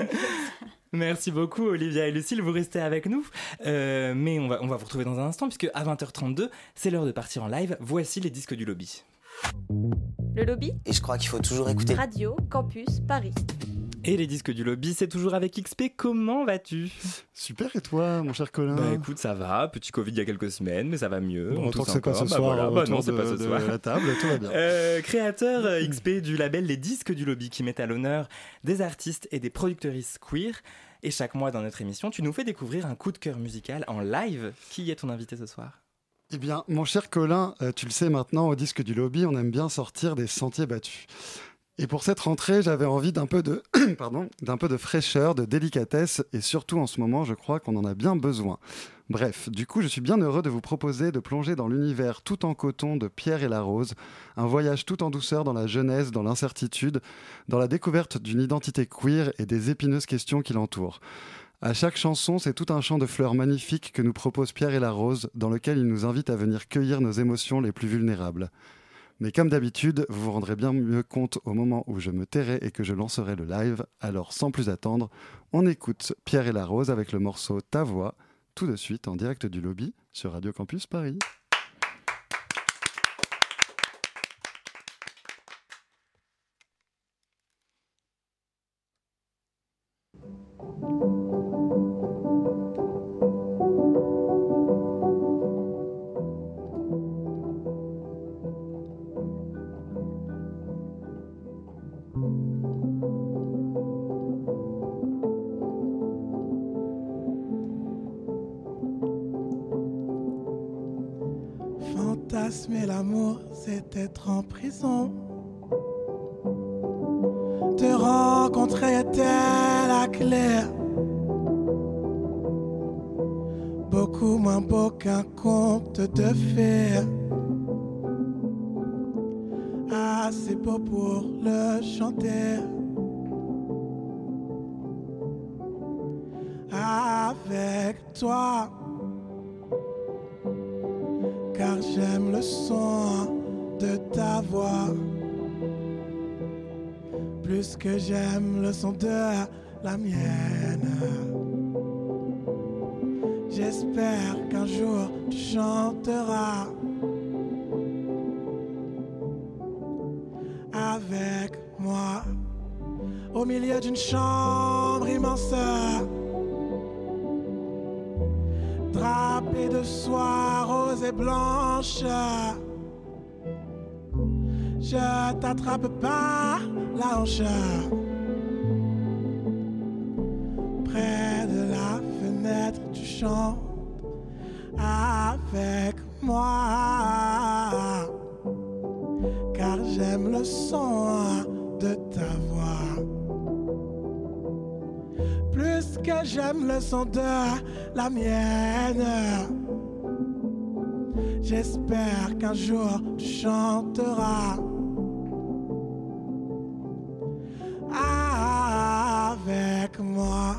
Merci beaucoup Olivia et Lucille, vous restez avec nous, mais on va vous retrouver dans un instant, puisque à 20h32, c'est l'heure de partir en live. Voici les disques du lobby. Le lobby ? Et je crois qu'il faut toujours écouter Radio Campus Paris. Et les disques du lobby, c'est toujours avec XP. Comment vas-tu ? Super, et toi, mon cher Colin ? Écoute, ça va. Petit Covid il y a quelques semaines, mais ça va mieux. Bon, tant que c'est pas ce soir, non, c'est pas ce soir. La table, tout va bien. Créateur XP du label Les Disques du Lobby, qui met à l'honneur des artistes et des productrices queer. Et chaque mois dans notre émission, tu nous fais découvrir un coup de cœur musical en live. Qui est ton invité ce soir ? Eh bien, mon cher Colin, tu le sais maintenant, au disque du lobby, on aime bien sortir des sentiers battus. Et pour cette rentrée, j'avais envie d'un peu de fraîcheur, de délicatesse, et surtout en ce moment, je crois qu'on en a bien besoin. Bref, du coup, je suis bien heureux de vous proposer de plonger dans l'univers tout en coton de Pierre et la Rose, un voyage tout en douceur dans la jeunesse, dans l'incertitude, dans la découverte d'une identité queer et des épineuses questions qui l'entourent. À chaque chanson, c'est tout un champ de fleurs magnifiques que nous propose Pierre et la Rose, dans lequel il nous invite à venir cueillir nos émotions les plus vulnérables. Mais comme d'habitude, vous vous rendrez bien mieux compte au moment où je me tairai et que je lancerai le live. Alors sans plus attendre, on écoute Pierre et la Rose avec le morceau Ta Voix, tout de suite en direct du lobby sur Radio Campus Paris. Fantasmer l'amour, c'est être en prison. Te rencontrer était la clé. Beaucoup moins beau qu'un conte de fées. Assez beau pour le chanter. Avec toi. Car j'aime le son de ta voix plus que j'aime le son de la mienne. J'espère qu'un jour tu chanteras avec moi. moi, au milieu d'une chambre immense, drapée de soie rose et blanche. Je t'attrape par la hanche, près de la fenêtre tu chantes avec moi, car j'aime le son de ta voix, plus que j'aime le son de la mienne. J'espère qu'un jour tu chanteras avec moi.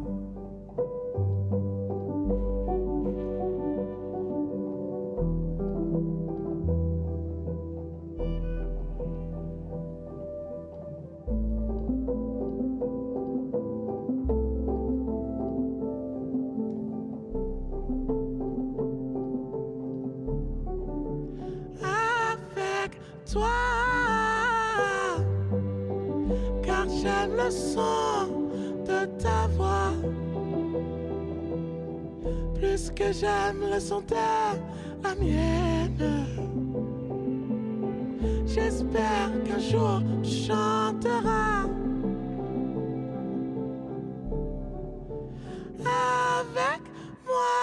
Toi, car j'aime le son de ta voix, plus que j'aime le son de la mienne. J'espère qu'un jour tu chanteras avec moi.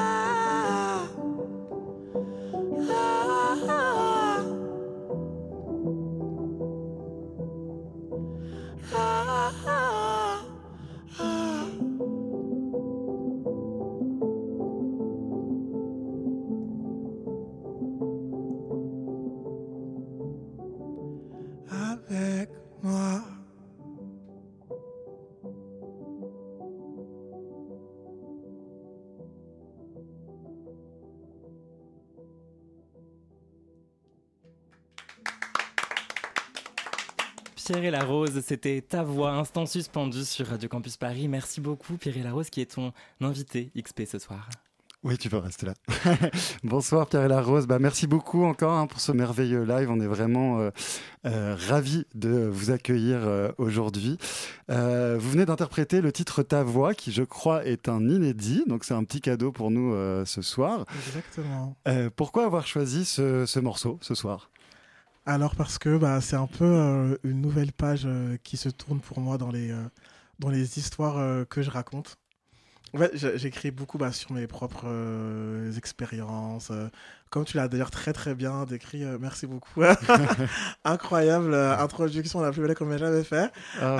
Avec moi. Pierre et la Rose, c'était ta voix, instant suspendu sur Radio Campus Paris. Merci beaucoup Pierre et la Rose qui est ton invité XP ce soir. Oui, tu peux rester là. Bonsoir Pierre et la Rose. Merci beaucoup encore pour ce merveilleux live. On est vraiment ravis de vous accueillir aujourd'hui. Vous venez d'interpréter le titre Ta Voix, qui je crois est un inédit. Donc c'est un petit cadeau pour nous ce soir. Exactement. Pourquoi avoir choisi ce morceau ce soir ? Alors parce que c'est un peu une nouvelle page qui se tourne pour moi dans les histoires que je raconte. En fait, j'écris beaucoup sur mes propres expériences. Comme tu l'as d'ailleurs très très bien décrit, merci beaucoup. Incroyable introduction, la plus belle qu'on m'ait jamais fait.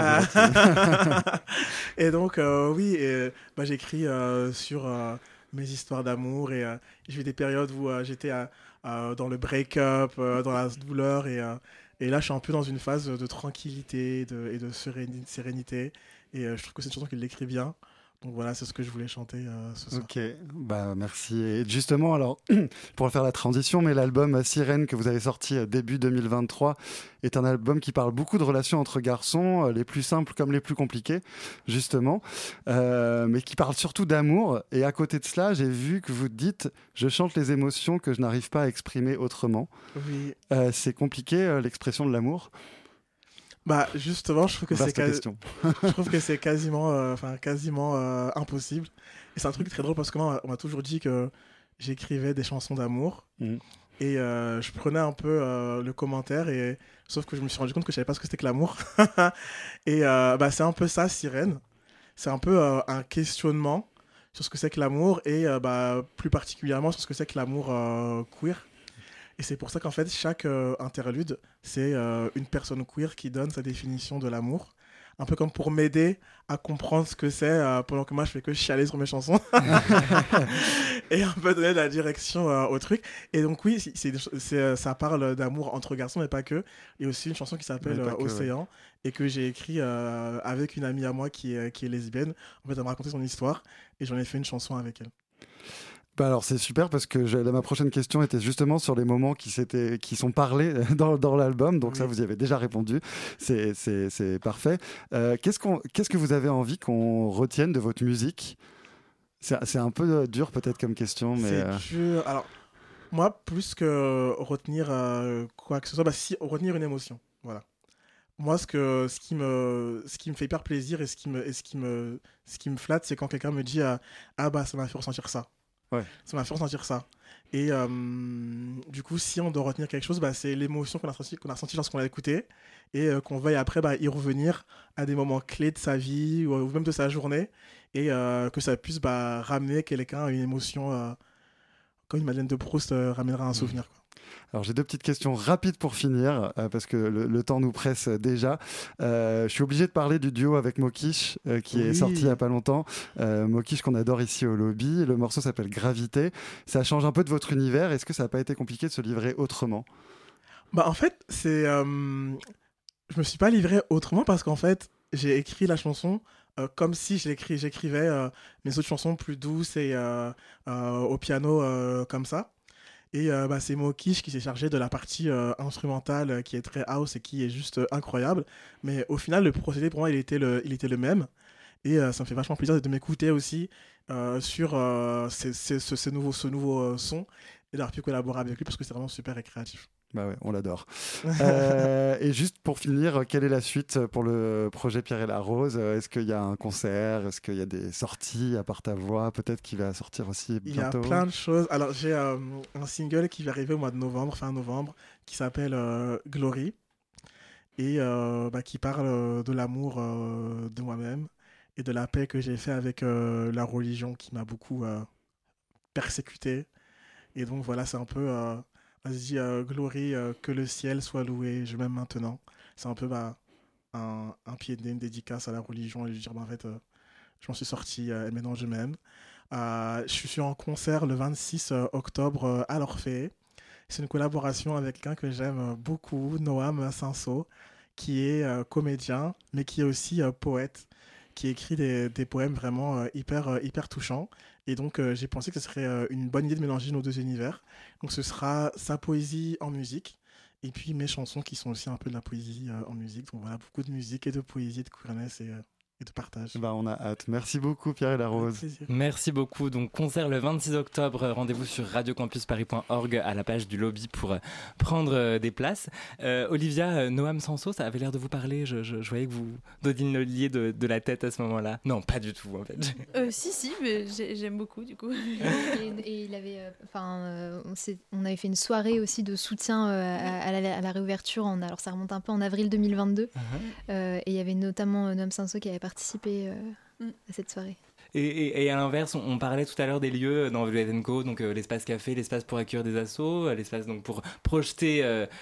Et donc oui, j'écris sur mes histoires d'amour et j'ai eu des périodes où j'étais dans le break-up, dans la douleur et là je suis un peu dans une phase de tranquillité et de sérénité et je trouve que c'est une chanson qui l'écrit bien. Donc voilà, c'est ce que je voulais chanter ce soir. Ok, merci. Et justement, alors, pour faire la transition, mais l'album Sirène que vous avez sorti début 2023 est un album qui parle beaucoup de relations entre garçons, les plus simples comme les plus compliquées, justement, mais qui parle surtout d'amour. Et à côté de cela, j'ai vu que vous dites « Je chante les émotions que je n'arrive pas à exprimer autrement ». Oui. C'est compliqué, l'expression de l'amour ? Justement, je trouve que c'est quasiment impossible. Et c'est un truc très drôle parce que moi, on m'a toujours dit que j'écrivais des chansons d'amour. Et je prenais un peu le commentaire, sauf que je me suis rendu compte que je savais pas ce que c'était que l'amour. Et c'est un peu ça, Sirène. C'est un peu un questionnement sur ce que c'est que l'amour et plus particulièrement sur ce que c'est que l'amour queer. Et c'est pour ça qu'en fait, chaque interlude, c'est une personne queer qui donne sa définition de l'amour. Un peu comme pour m'aider à comprendre ce que c'est, pendant que moi, je fais que chialer sur mes chansons. Et un peu donner de la direction au truc. Et donc oui, ça parle d'amour entre garçons, mais pas que. Il y a aussi une chanson qui s'appelle Océan, et que j'ai écrit avec une amie à moi qui est lesbienne. En fait, elle m'a raconté son histoire, et j'en ai fait une chanson avec elle. Alors c'est super parce que ma prochaine question était justement sur les moments qui sont parlés dans l'album, donc oui. Ça vous y avez déjà répondu, c'est parfait. Qu'est-ce que vous avez envie qu'on retienne de votre musique ? C'est un peu dur peut-être comme question, mais... C'est dur. Alors moi, plus que retenir quoi que ce soit, si retenir une émotion, voilà. moi, ce qui me fait hyper plaisir et ce qui me flatte, c'est quand quelqu'un me dit ah bah ça m'a fait ressentir ça. Ouais. Ça m'a fait ressentir ça. Et du coup, si on doit retenir quelque chose, bah, c'est l'émotion qu'on a ressenti lorsqu'on l'a écouté et qu'on veuille après y revenir à des moments clés de sa vie ou même de sa journée et que ça puisse ramener quelqu'un à une émotion comme une Madeleine de Proust ramènera un souvenir, quoi. Alors j'ai 2 petites questions rapides pour finir, parce que le temps nous presse déjà. Je suis obligé de parler du duo avec Mokish, qui est sorti il n'y a pas longtemps. Mokish qu'on adore ici au Lobby. Le morceau s'appelle Gravité. Ça change un peu de votre univers. Est-ce que ça n'a pas été compliqué de se livrer autrement ? En fait, je me suis pas livré autrement parce qu'en fait, j'ai écrit la chanson comme si j'écrivais mes autres chansons plus douces et au piano comme ça. Et c'est Mokish qui s'est chargé de la partie instrumentale qui est très house et qui est juste incroyable. Mais au final, le procédé pour moi, il était le même. Et ça me fait vachement plaisir de m'écouter aussi sur ce nouveau son et d'avoir pu collaborer avec lui parce que c'est vraiment super et créatif. Bah ouais, on l'adore. Et juste pour finir, quelle est la suite pour le projet Pierre et la Rose ? Est-ce qu'il y a un concert ? Est-ce qu'il y a des sorties à part ta voix ? Peut-être qu'il va sortir aussi bientôt. Il y a plein de choses. Alors j'ai un single qui va arriver au mois de novembre, fin novembre, qui s'appelle Glory et qui parle de l'amour de moi-même et de la paix que j'ai fait avec la religion qui m'a beaucoup persécuté. Et donc voilà, c'est un peu... Vas-y, Glory, que le ciel soit loué, je m'aime maintenant. C'est un peu un pied de nez, une dédicace à la religion et lui dire, en fait, je m'en suis sorti et maintenant je m'aime. Je suis en concert le 26 octobre à l'Orphée. C'est une collaboration avec quelqu'un que j'aime beaucoup, Noam Sanso, qui est comédien, mais qui est aussi poète, qui écrit des poèmes vraiment hyper touchants. Et donc, j'ai pensé que ce serait une bonne idée de mélanger nos 2 univers. Donc, ce sera sa poésie en musique et puis mes chansons qui sont aussi un peu de la poésie en musique. Donc, voilà, beaucoup de musique et de poésie, de queerness et de partage. On a hâte. Merci beaucoup, Pierre et la Rose. Merci beaucoup. Donc, concert le 26 octobre. Rendez-vous sur radiocampusparis.org à la page du Lobby pour prendre des places. Olivia, Noam Sanso, ça avait l'air de vous parler. Je voyais que vous donniez de la tête à ce moment-là. Non, pas du tout, en fait. Si, mais j'aime beaucoup, du coup. Et il avait... on avait fait une soirée aussi de soutien à la réouverture. Alors, ça remonte un peu en avril 2022. Et il y avait notamment Noam Sanso qui avait participé à cette soirée. Et à l'inverse, on parlait tout à l'heure des lieux dans Violette & Co, donc l'espace café, l'espace pour accueillir des assos, l'espace donc pour projeter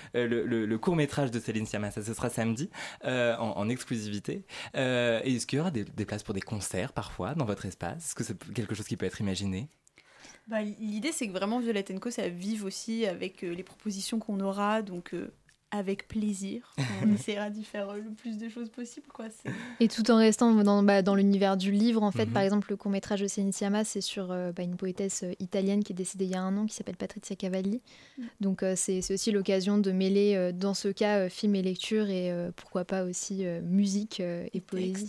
le court-métrage de Céline Sciamma. Ça, ce sera samedi en exclusivité. Est-ce qu'il y aura des places pour des concerts parfois dans votre espace ? Est-ce que c'est quelque chose qui peut être imaginé ? L'idée, c'est que vraiment Violette & Co, ça vive aussi avec les propositions qu'on aura, donc... avec plaisir. On essaiera d'y faire le plus de choses possible, quoi. Et tout en restant dans l'univers du livre, en fait, par exemple, le court-métrage de Céline Sciamma, c'est sur une poétesse italienne qui est décédée il y a 1 an, qui s'appelle Patrizia Cavalli. Donc, c'est aussi l'occasion de mêler, dans ce cas, film et lecture, et pourquoi pas aussi musique et poésie.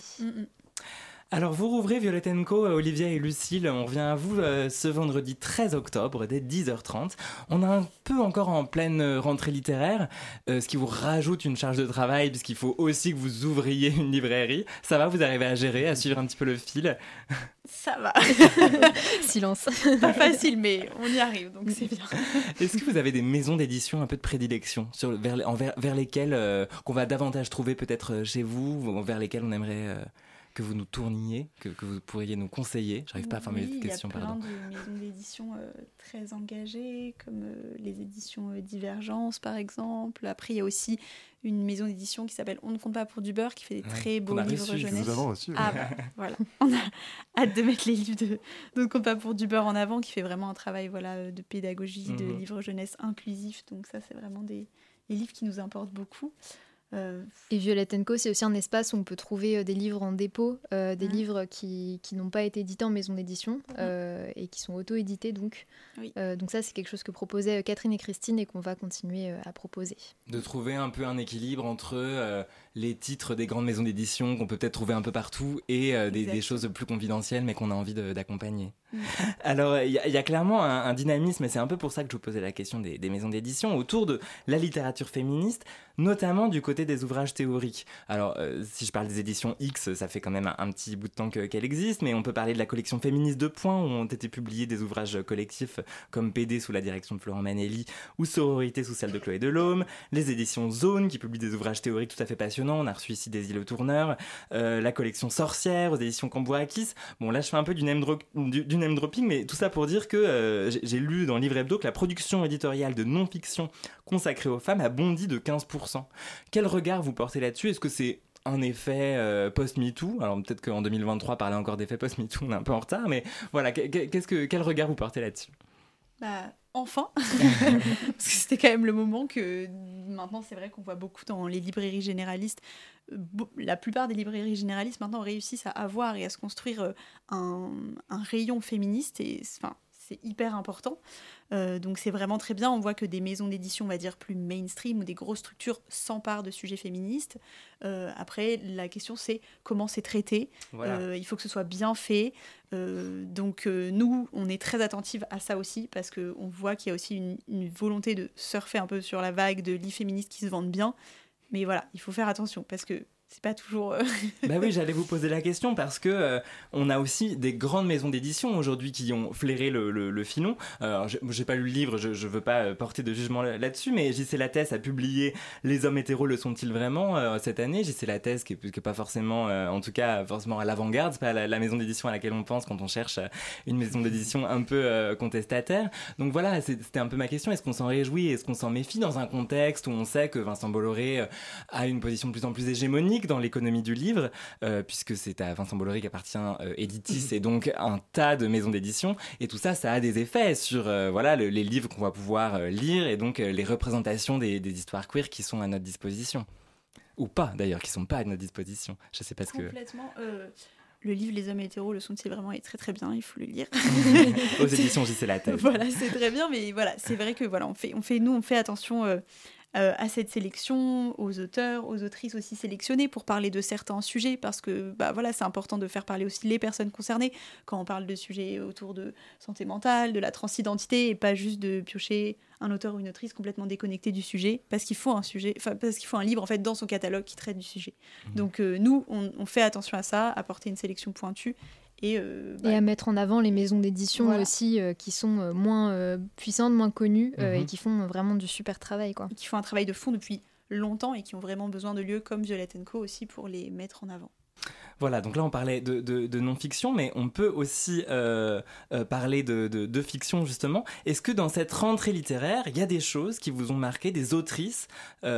Alors vous rouvrez Violette & Co, Olivia et Lucille, on revient à vous ce vendredi 13 octobre dès 10h30. On est un peu encore en pleine rentrée littéraire, ce qui vous rajoute une charge de travail puisqu'il faut aussi que vous ouvriez une librairie. Ça va, vous arrivez à gérer, à suivre un petit peu le fil ? Ça va. Silence. Pas facile, mais on y arrive, donc c'est bien. Est-ce que vous avez des maisons d'édition un peu de prédilection vers lesquelles qu'on va davantage trouver peut-être chez vous, vers lesquelles on aimerait... que vous nous tourniez, que vous pourriez nous conseiller. J'arrive pas à formuler cette question, pardon. Il y a plein de maisons d'édition très engagées, comme les éditions Divergence, par exemple. Après, il y a aussi une maison d'édition qui s'appelle On ne compte pas pour du beurre, qui fait des très beaux livres jeunesse. Nous avons reçu. Voilà. On a hâte de mettre les livres de On ne compte pas pour du beurre en avant, qui fait vraiment un travail de pédagogie, de livres jeunesse inclusifs. Donc ça, c'est vraiment des livres qui nous importent beaucoup. Et Violette & Co, c'est aussi un espace où on peut trouver des livres en dépôt, des livres qui n'ont pas été édités en maison d'édition et qui sont auto-édités donc. Oui. Donc ça, c'est quelque chose que proposaient Catherine et Christine et qu'on va continuer à proposer. De trouver un peu un équilibre entre les titres des grandes maisons d'édition qu'on peut peut-être trouver un peu partout et des choses plus confidentielles mais qu'on a envie d'accompagner. Alors, il y a clairement un dynamisme, et c'est un peu pour ça que je vous posais la question des maisons d'édition, autour de la littérature féministe, notamment du côté des ouvrages théoriques. Alors, si je parle des éditions X, ça fait quand même un petit bout de temps qu'elle existe, mais on peut parler de la collection féministe de Points, où ont été publiés des ouvrages collectifs comme PD sous la direction de Florent Manelli, ou Sororité sous celle de Chloé Delhomme, les éditions Zone, qui publient des ouvrages théoriques tout à fait passionnants, on a reçu ici Daisy Le Tourneur, la collection Sorcière, aux éditions Cambourakis. Bon, là, je fais un peu du name dropping, mais tout ça pour dire que j'ai lu dans Livre Hebdo que la production éditoriale de non-fiction consacrée aux femmes a bondi de 15%. Quel regard vous portez là-dessus ? Est-ce que c'est un effet post-MeToo ? Alors peut-être qu'en 2023, parler encore d'effet post-MeToo, on est un peu en retard, mais voilà, quel regard vous portez là-dessus ? Enfin, parce que c'était quand même le moment que maintenant c'est vrai qu'on voit beaucoup dans les librairies généralistes. La plupart des librairies généralistes maintenant réussissent à avoir et à se construire un rayon féministe et c'est hyper important. Donc c'est vraiment très bien. On voit que des maisons d'édition, on va dire plus mainstream ou des grosses structures s'emparent de sujets féministes. Après, la question c'est comment c'est traité. Voilà. Il faut que ce soit bien fait. Donc nous, on est très attentifs à ça aussi parce qu'on voit qu'il y a aussi une volonté de surfer un peu sur la vague de livres féministes qui se vendent bien. Mais voilà, il faut faire attention parce que c'est pas toujours... Bah oui, j'allais vous poser la question parce que on a aussi des grandes maisons d'édition aujourd'hui qui ont flairé le filon. Alors, j'ai pas lu le livre, je veux pas porter de jugement là-dessus, mais J.C. Lattès a publié Les hommes hétéros le sont-ils vraiment cette année. J.C. Lattès qui est pas forcément, en tout cas forcément à l'avant-garde, c'est pas la maison d'édition à laquelle on pense quand on cherche une maison d'édition un peu contestataire. Donc voilà, c'était un peu ma question. Est-ce qu'on s'en réjouit ? Est-ce qu'on s'en méfie dans un contexte où on sait que Vincent Bolloré a une position de plus en plus hégémonique dans l'économie du livre, puisque c'est à Vincent Bolloré qu'appartient Editis et donc un tas de maisons d'édition, et tout ça, ça a des effets sur les livres qu'on va pouvoir lire et donc les représentations des histoires queer qui sont à notre disposition. Ou pas d'ailleurs, qui sont pas à notre disposition. Je sais pas ce que... Complètement. Le livre Les hommes hétéros le sont-ils vraiment est très très bien, il faut le lire. Aux éditions J.C. Lattès. Voilà, c'est très bien, mais voilà, c'est vrai que voilà, on fait attention à cette sélection, aux auteurs, aux autrices aussi sélectionnées pour parler de certains sujets, parce que c'est important de faire parler aussi les personnes concernées quand on parle de sujets autour de santé mentale, de la transidentité, et pas juste de piocher un auteur ou une autrice complètement déconnecté du sujet, parce qu'il faut un livre en fait dans son catalogue qui traite du sujet. Donc nous, on fait attention à ça, à porter une sélection pointue. Et à mettre en avant les maisons d'édition aussi qui sont moins puissantes, moins connues et qui font vraiment du super travail, quoi. Et qui font un travail de fond depuis longtemps et qui ont vraiment besoin de lieux comme Violette & Co aussi pour les mettre en avant. Voilà, donc là on parlait de non-fiction, mais on peut aussi parler de fiction justement. Est-ce que dans cette rentrée littéraire, il y a des choses qui vous ont marqué, des autrices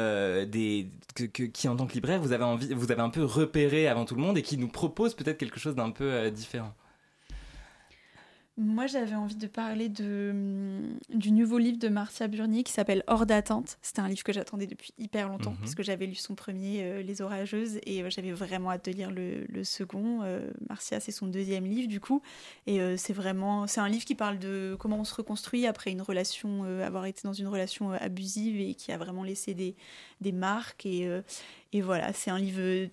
qui en tant que libraire vous avez un peu repéré avant tout le monde et qui nous proposent peut-être quelque chose d'un peu différent? Moi, j'avais envie de parler du nouveau livre de Marcia Burnier qui s'appelle Hors d'atteinte. C'était un livre que j'attendais depuis hyper longtemps parce que j'avais lu son premier, Les Orageuses, et j'avais vraiment hâte de lire le second. Marcia, c'est son deuxième livre du coup, et c'est un livre qui parle de comment on se reconstruit après une relation, avoir été dans une relation abusive et qui a vraiment laissé des marques. Et voilà, c'est un livre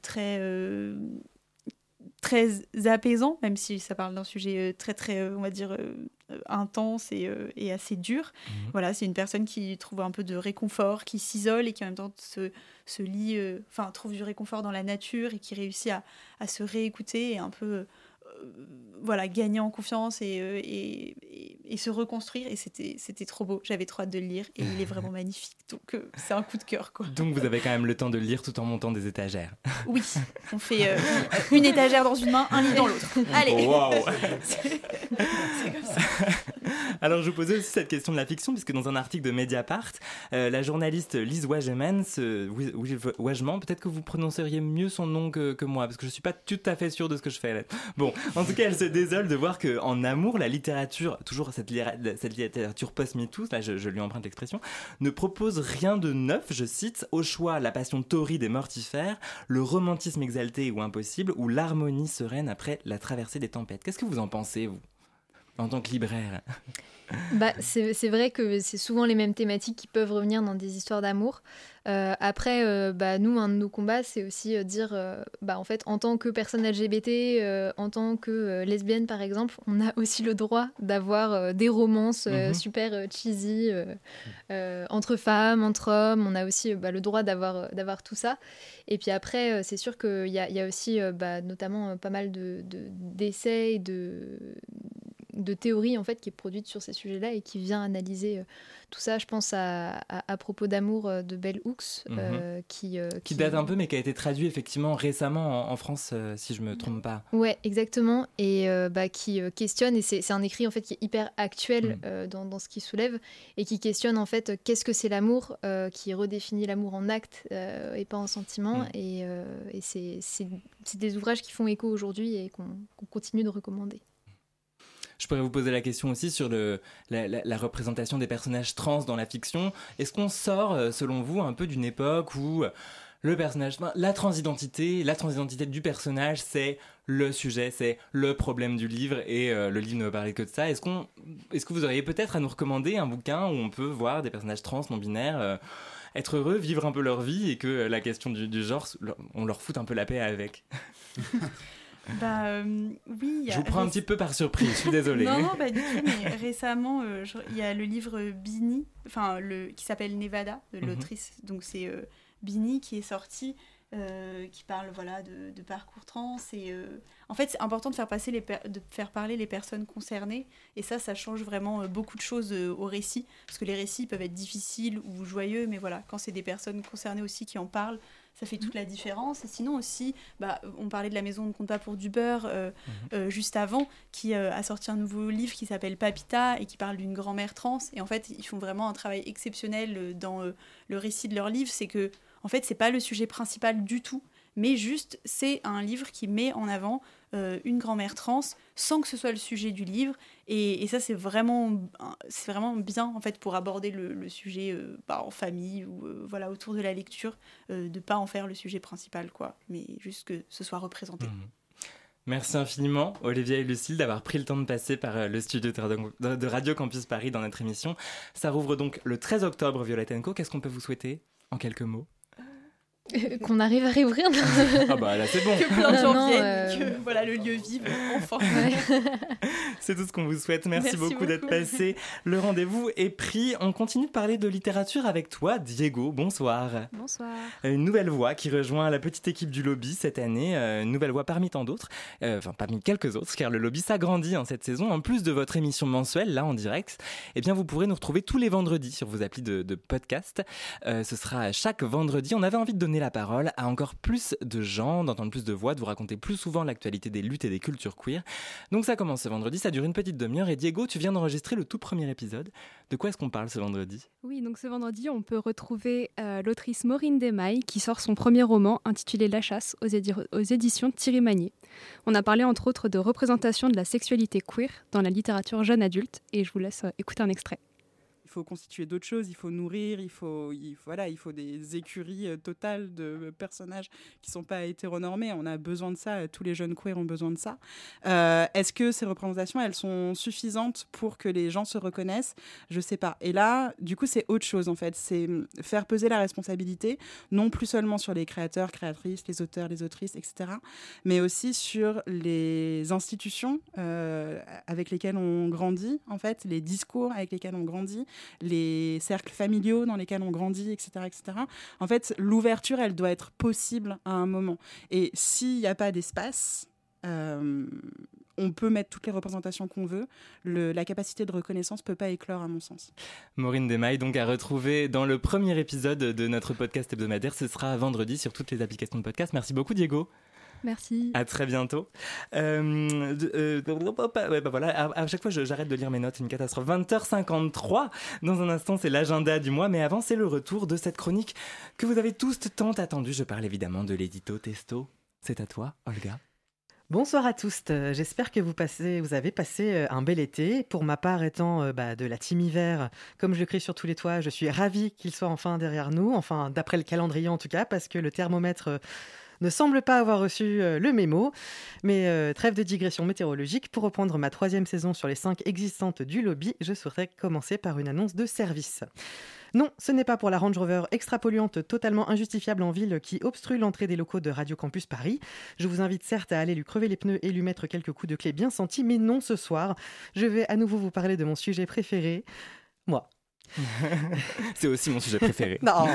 très apaisant, même si ça parle d'un sujet très très on va dire intense et assez dur. Voilà, c'est une personne qui trouve un peu de réconfort, qui s'isole et qui en même temps se lie, trouve du réconfort dans la nature et qui réussit à se réécouter et un peu gagner en confiance et se reconstruire, et c'était trop beau, j'avais trop hâte de le lire et il est vraiment magnifique, donc c'est un coup de cœur, quoi. Donc vous avez quand même le temps de le lire tout en montant des étagères. Oui, on fait une étagère dans une main, un livre dans l'autre. Allez. Wow. C'est comme ça. Alors je vous posais aussi cette question de la fiction, puisque dans un article de Mediapart, la journaliste Lise Wageman, peut-être que vous prononceriez mieux son nom que moi, parce que je suis pas tout à fait sûr de ce que je fais là. Bon, en tout cas, elle se désole de voir qu'en amour, la littérature, toujours cette littérature post-MeToo, là je lui emprunte l'expression, ne propose rien de neuf, je cite, au choix la passion torride et mortifère, le romantisme exalté ou impossible, ou l'harmonie sereine après la traversée des tempêtes. Qu'est-ce que vous en pensez, vous, en tant que libraire ? C'est vrai que c'est souvent les mêmes thématiques qui peuvent revenir dans des histoires d'amour. Après, nous, un de nos combats, c'est aussi dire, en fait, en tant que personne LGBT, en tant que lesbienne, par exemple, on a aussi le droit d'avoir des romances super cheesy entre femmes, entre hommes. On a aussi le droit d'avoir tout ça. Et puis après, c'est sûr qu'il y a aussi notamment pas mal d'essais et de théorie en fait qui est produite sur ces sujets-là et qui vient analyser tout ça. Je pense à Propos d'amour de Bell Hooks qui date un peu mais qui a été traduit effectivement récemment en France si je me trompe pas. Ouais, exactement, et qui questionne, et c'est un écrit en fait qui est hyper actuel dans ce qu'il soulève et qui questionne en fait qu'est-ce que c'est l'amour, qui redéfinit l'amour en acte et pas en sentiment, et c'est des ouvrages qui font écho aujourd'hui et qu'on continue de recommander. Je pourrais vous poser la question aussi sur la représentation des personnages trans dans la fiction. Est-ce qu'on sort, selon vous, un peu d'une époque où le personnage, la transidentité du personnage, c'est le sujet, c'est le problème du livre, et le livre ne parlait que de ça. Est-ce que vous auriez peut-être à nous recommander un bouquin où on peut voir des personnages trans, non-binaires, être heureux, vivre un peu leur vie, et que la question du genre, on leur foute un peu la paix avec? Oui. Je vous prends un petit peu par surprise, je suis désolée. Non, pas du tout, mais récemment, il y a le livre Bini, qui s'appelle Nevada, de l'autrice. Donc c'est Bini qui est sorti, qui parle de parcours trans. Et, en fait, c'est important de faire parler les personnes concernées. Et ça change vraiment beaucoup de choses au récit. Parce que les récits peuvent être difficiles ou joyeux, mais voilà, quand c'est des personnes concernées aussi qui en parlent, ça fait toute la différence. Et sinon aussi, on parlait de la maison On ne compte pas pour du beurre juste avant, qui a sorti un nouveau livre qui s'appelle Papita et qui parle d'une grand-mère trans. Et en fait, ils font vraiment un travail exceptionnel dans le récit de leur livre. C'est que, en fait, c'est pas le sujet principal du tout, mais juste, c'est un livre qui met en avant une grand-mère trans sans que ce soit le sujet du livre. Et ça, c'est vraiment bien, en fait, pour aborder le sujet en famille ou autour de la lecture, de pas en faire le sujet principal, quoi, mais juste que ce soit représenté. Merci infiniment, Olivia et Lucille, d'avoir pris le temps de passer par le studio de Radio Campus Paris dans notre émission. Ça rouvre donc le 13 octobre, Violette & Co. Qu'est-ce qu'on peut vous souhaiter, en quelques mots? Qu'on arrive à réouvrir. Ah bah là c'est bon. Que plein de gens viennent, que le lieu vive enfin. Ouais. C'est tout ce qu'on vous souhaite. Merci beaucoup d'être passé. Le rendez-vous est pris. On continue de parler de littérature avec toi, Diego. Bonsoir. Bonsoir. Une nouvelle voix qui rejoint la petite équipe du Lobby cette année. Une nouvelle voix parmi tant d'autres. Parmi quelques autres, car le Lobby s'agrandit cette saison. En plus de votre émission mensuelle, là en direct, vous pourrez nous retrouver tous les vendredis sur vos applis de podcast. Ce sera chaque vendredi. On avait envie de donner la parole à encore plus de gens, d'entendre plus de voix, de vous raconter plus souvent l'actualité des luttes et des cultures queer. Donc ça commence ce vendredi, ça dure une petite demi-heure. Et Diego, tu viens d'enregistrer le tout premier épisode. De quoi est-ce qu'on parle ce vendredi ? Oui, donc ce vendredi, on peut retrouver l'autrice Maureen Desmailles qui sort son premier roman intitulé La Chasse aux éditions Thierry Magnier. On a parlé entre autres de représentation de la sexualité queer dans la littérature jeune adulte, et je vous laisse écouter un extrait. Il faut constituer d'autres choses, il faut nourrir, il faut des écuries totales de personnages qui ne sont pas hétéronormés. On a besoin de ça, tous les jeunes queers ont besoin de ça. Est-ce que ces représentations, elles sont suffisantes pour que les gens se reconnaissent ? Je ne sais pas. Et là, du coup, c'est autre chose en fait. C'est faire peser la responsabilité, non plus seulement sur les créateurs, créatrices, les auteurs, les autrices, etc., mais aussi sur les institutions avec lesquelles on grandit, en fait, les discours avec lesquels on grandit, les cercles familiaux dans lesquels on grandit, etc., etc. En fait, l'ouverture, elle doit être possible à un moment. Et s'il n'y a pas d'espace, on peut mettre toutes les représentations qu'on veut. La capacité de reconnaissance ne peut pas éclore, à mon sens. Maureen Desmailles, donc à retrouver dans le premier épisode de notre podcast hebdomadaire. Ce sera vendredi sur toutes les applications de podcast. Merci beaucoup, Diego. Merci. À très bientôt. À chaque fois, j'arrête de lire mes notes, c'est une catastrophe. 20h53. Dans un instant, c'est l'agenda du mois. Mais avant, c'est le retour de cette chronique que vous avez tous tant attendue. Je parle évidemment de l'édito Testo. C'est à toi, Olga. Bonsoir à tous, j'espère que vous avez passé un bel été. Pour ma part, étant de la team hiver, comme je le crie sur tous les toits, je suis ravie qu'il soit enfin derrière nous, enfin d'après le calendrier en tout cas, parce que le thermomètre ne semble pas avoir reçu le mémo. Mais trêve de digression météorologique, pour reprendre ma 3e saison sur les 5 existantes du lobby, je souhaiterais commencer par une annonce de service. Non, ce n'est pas pour la Range Rover extra polluante totalement injustifiable en ville qui obstrue l'entrée des locaux de Radio Campus Paris. Je vous invite certes à aller lui crever les pneus et lui mettre quelques coups de clé bien sentis, mais non, ce soir, je vais à nouveau vous parler de mon sujet préféré, moi. C'est aussi mon sujet préféré. Non,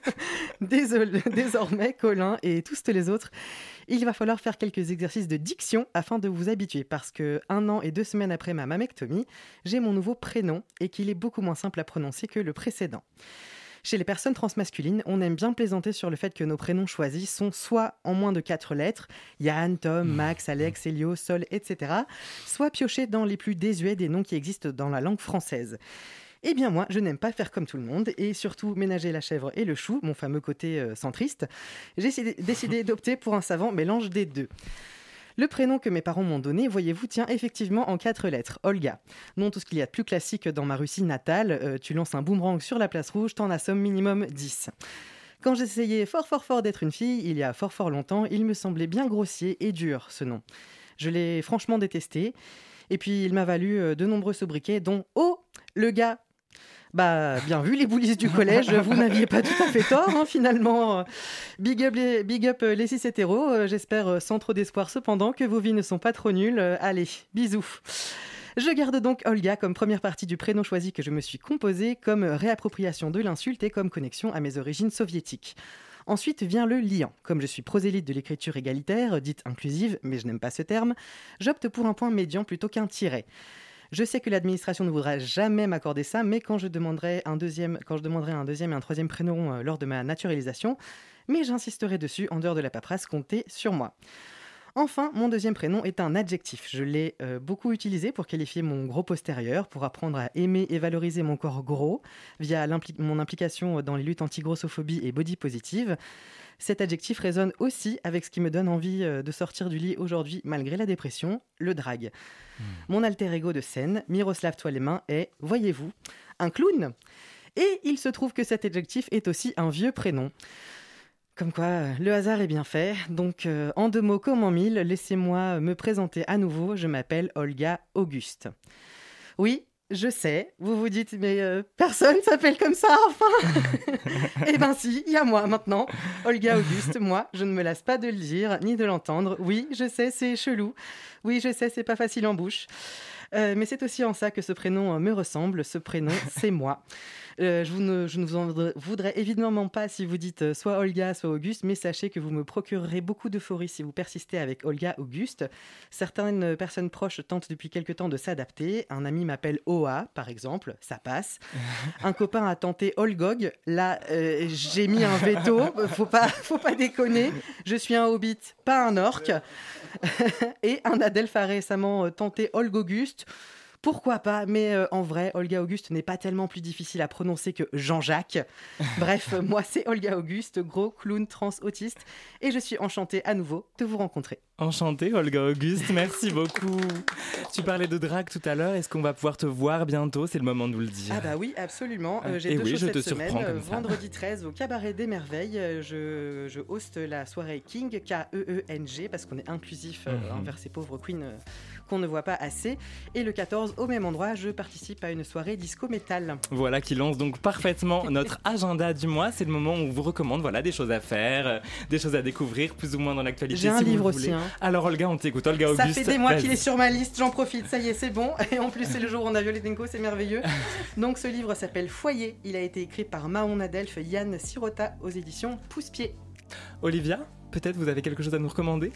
désormais, Colin et tous les autres, il va falloir faire quelques exercices de diction afin de vous habituer, parce que 1 an et 2 semaines après ma mammectomie, j'ai mon nouveau prénom et qu'il est beaucoup moins simple à prononcer que le précédent. Chez les personnes transmasculines, on aime bien plaisanter sur le fait que nos prénoms choisis sont soit en moins de 4 lettres, Yann, Tom, Max, Alex, Elio, Sol, etc., soit piochés dans les plus désuets des noms qui existent dans la langue française. Eh bien moi, je n'aime pas faire comme tout le monde et surtout ménager la chèvre et le chou, mon fameux côté centriste. J'ai décidé d'opter pour un savant mélange des deux. Le prénom que mes parents m'ont donné, voyez-vous, tient effectivement en 4 lettres, Olga. Non, tout ce qu'il y a de plus classique dans ma Russie natale, tu lances un boomerang sur la place rouge, t'en assommes minimum 10. Quand j'essayais fort d'être une fille, il y a fort longtemps, il me semblait bien grossier et dur ce nom. Je l'ai franchement détesté. Et puis il m'a valu de nombreux sobriquets, dont « Oh, le gars !» Bah, bien vu les boulisses du collège, vous n'aviez pas tout à fait tort, hein, finalement. Big up les 6 hétéros, j'espère sans trop d'espoir cependant que vos vies ne sont pas trop nulles. Allez, bisous. Je garde donc Olga comme première partie du prénom choisi que je me suis composé, comme réappropriation de l'insulte et comme connexion à mes origines soviétiques. Ensuite vient le liant. Comme je suis prosélyte de l'écriture égalitaire, dite inclusive, mais je n'aime pas ce terme, j'opte pour un point médian plutôt qu'un tiret. Je sais que l'administration ne voudra jamais m'accorder ça, mais quand je demanderai un deuxième et un troisième prénom lors de ma naturalisation, mais j'insisterai dessus en dehors de la paperasse, comptez sur moi. Enfin, mon deuxième prénom est un adjectif. Je l'ai beaucoup utilisé pour qualifier mon gros postérieur, pour apprendre à aimer et valoriser mon corps gros, via mon implication dans les luttes anti-grossophobie et body positive. Cet adjectif résonne aussi avec ce qui me donne envie de sortir du lit aujourd'hui, malgré la dépression, le drag. Mon alter ego de scène, Miroslav Toilemin, est, voyez-vous, un clown. Et il se trouve que cet adjectif est aussi un vieux prénom. Comme quoi, le hasard est bien fait. Donc, en 2 mots comme en 1000, laissez-moi me présenter à nouveau. Je m'appelle Olga Auguste. Oui, je sais, vous vous dites, mais personne s'appelle comme ça, enfin. Eh ben si, il y a moi maintenant, Olga Auguste. Moi, je ne me lasse pas de le dire, ni de l'entendre. Oui, je sais, c'est chelou. Oui, je sais, c'est pas facile en bouche. Mais c'est aussi en ça que ce prénom me ressemble. Ce prénom, c'est moi. Je ne vous en voudrais évidemment pas si vous dites soit Olga, soit Auguste, mais sachez que vous me procurerez beaucoup d'euphorie si vous persistez avec Olga Auguste. Certaines personnes proches tentent depuis quelque temps de s'adapter. Un ami m'appelle Oa, par exemple, ça passe. Un copain a tenté Olgog. Là, j'ai mis un veto. Faut pas déconner. Je suis un hobbit, pas un orc. Et un adelphe a récemment tenté Olg-Auguste. Pourquoi pas, mais en vrai, Olga Auguste n'est pas tellement plus difficile à prononcer que Jean-Jacques. Bref, moi c'est Olga Auguste, gros clown trans autiste, et je suis enchantée à nouveau de vous rencontrer. Enchantée Olga Auguste, merci beaucoup. Tu parlais de drague tout à l'heure, est-ce qu'on va pouvoir te voir bientôt? C'est le moment de nous le dire. Ah bah oui, absolument. J'ai 2 choses cette semaine. Vendredi 13 au Cabaret des Merveilles, je hoste la soirée King, K-E-E-N-G, parce qu'on est inclusif envers ces pauvres queens qu'on ne voit pas assez. Et le 14, au même endroit, je participe à une soirée disco métal. Voilà qui lance donc parfaitement notre agenda du mois. C'est le moment où on vous recommande des choses à faire, des choses à découvrir, plus ou moins dans l'actualité. J'ai un livre aussi. Alors Olga, on t'écoute. Olga Auguste. Ça fait des mois qu'il est sur ma liste, j'en profite, ça y est, c'est bon. Et en plus, c'est le jour où on a violé Denko, c'est merveilleux. Donc ce livre s'appelle Foyer. Il a été écrit par Mahon Adelph, Yann Sirota aux éditions Pousse-Pied. Olivia, peut-être vous avez quelque chose à nous recommander?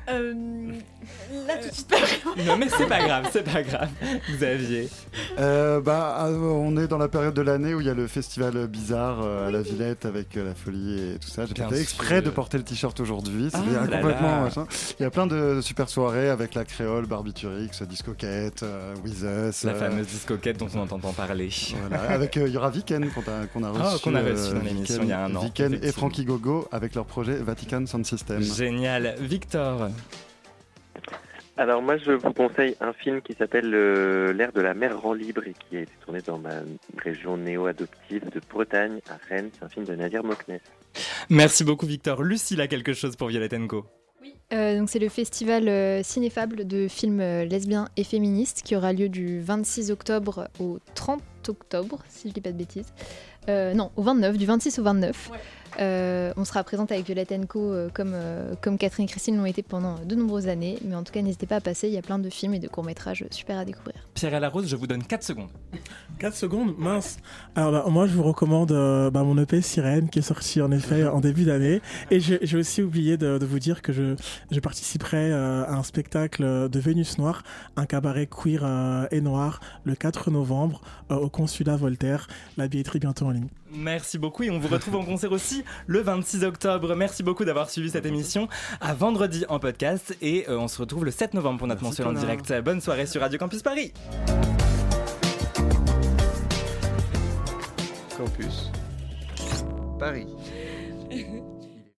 Là tout de suite pas vraiment. Non mais c'est pas grave, Xavier. On est dans la période de l'année où il y a le festival bizarre à la Villette avec la folie et tout ça. J'ai fait exprès de porter le t-shirt aujourd'hui, c'est complètement machin. Il y a plein de super soirées avec la Créole, Barbiturix, Discoquette, With Us. La fameuse Discoquette dont on entend parler. Voilà, avec il y aura Viken qu'on a reçu. Qu'on a reçu dans l'émission il y a un an. Viken et Frankie Gogo avec leur projet Vatican Sound System. Génial. Victor. Alors moi je vous conseille un film qui s'appelle L'air de la mer rend libre et qui a été tourné dans ma région néo-adoptive de Bretagne, à Rennes. C'est un film de Nadir Moknes. Merci beaucoup Victor. Lucille a quelque chose pour Violette & Co. Donc c'est le festival Cinéfable de films lesbiens et féministes qui aura lieu du 26 octobre au 30 octobre, si je dis pas de bêtises. Non, au 29, du 26 au 29. Ouais. On sera présente avec Violette & Co comme Catherine et Christine l'ont été pendant de nombreuses années. Mais en tout cas, n'hésitez pas à passer, il y a plein de films et de courts-métrages super à découvrir. Pierre et la Rose, je vous donne 4 secondes. 4 secondes, mince. Alors moi je vous recommande mon EP Sirène qui est sorti en effet en début d'année. Et j'ai aussi oublié de vous dire que je participerai à un spectacle de Vénus Noire, un cabaret queer et noir le 4 novembre au Consulat Voltaire. La billetterie bientôt en ligne. Merci beaucoup et on vous retrouve en concert aussi le 26 octobre. Merci beaucoup d'avoir suivi cette émission. À vendredi en podcast et on se retrouve le 7 novembre pour notre mensuel en direct. Bonne soirée sur Radio Campus Paris. Campus Paris.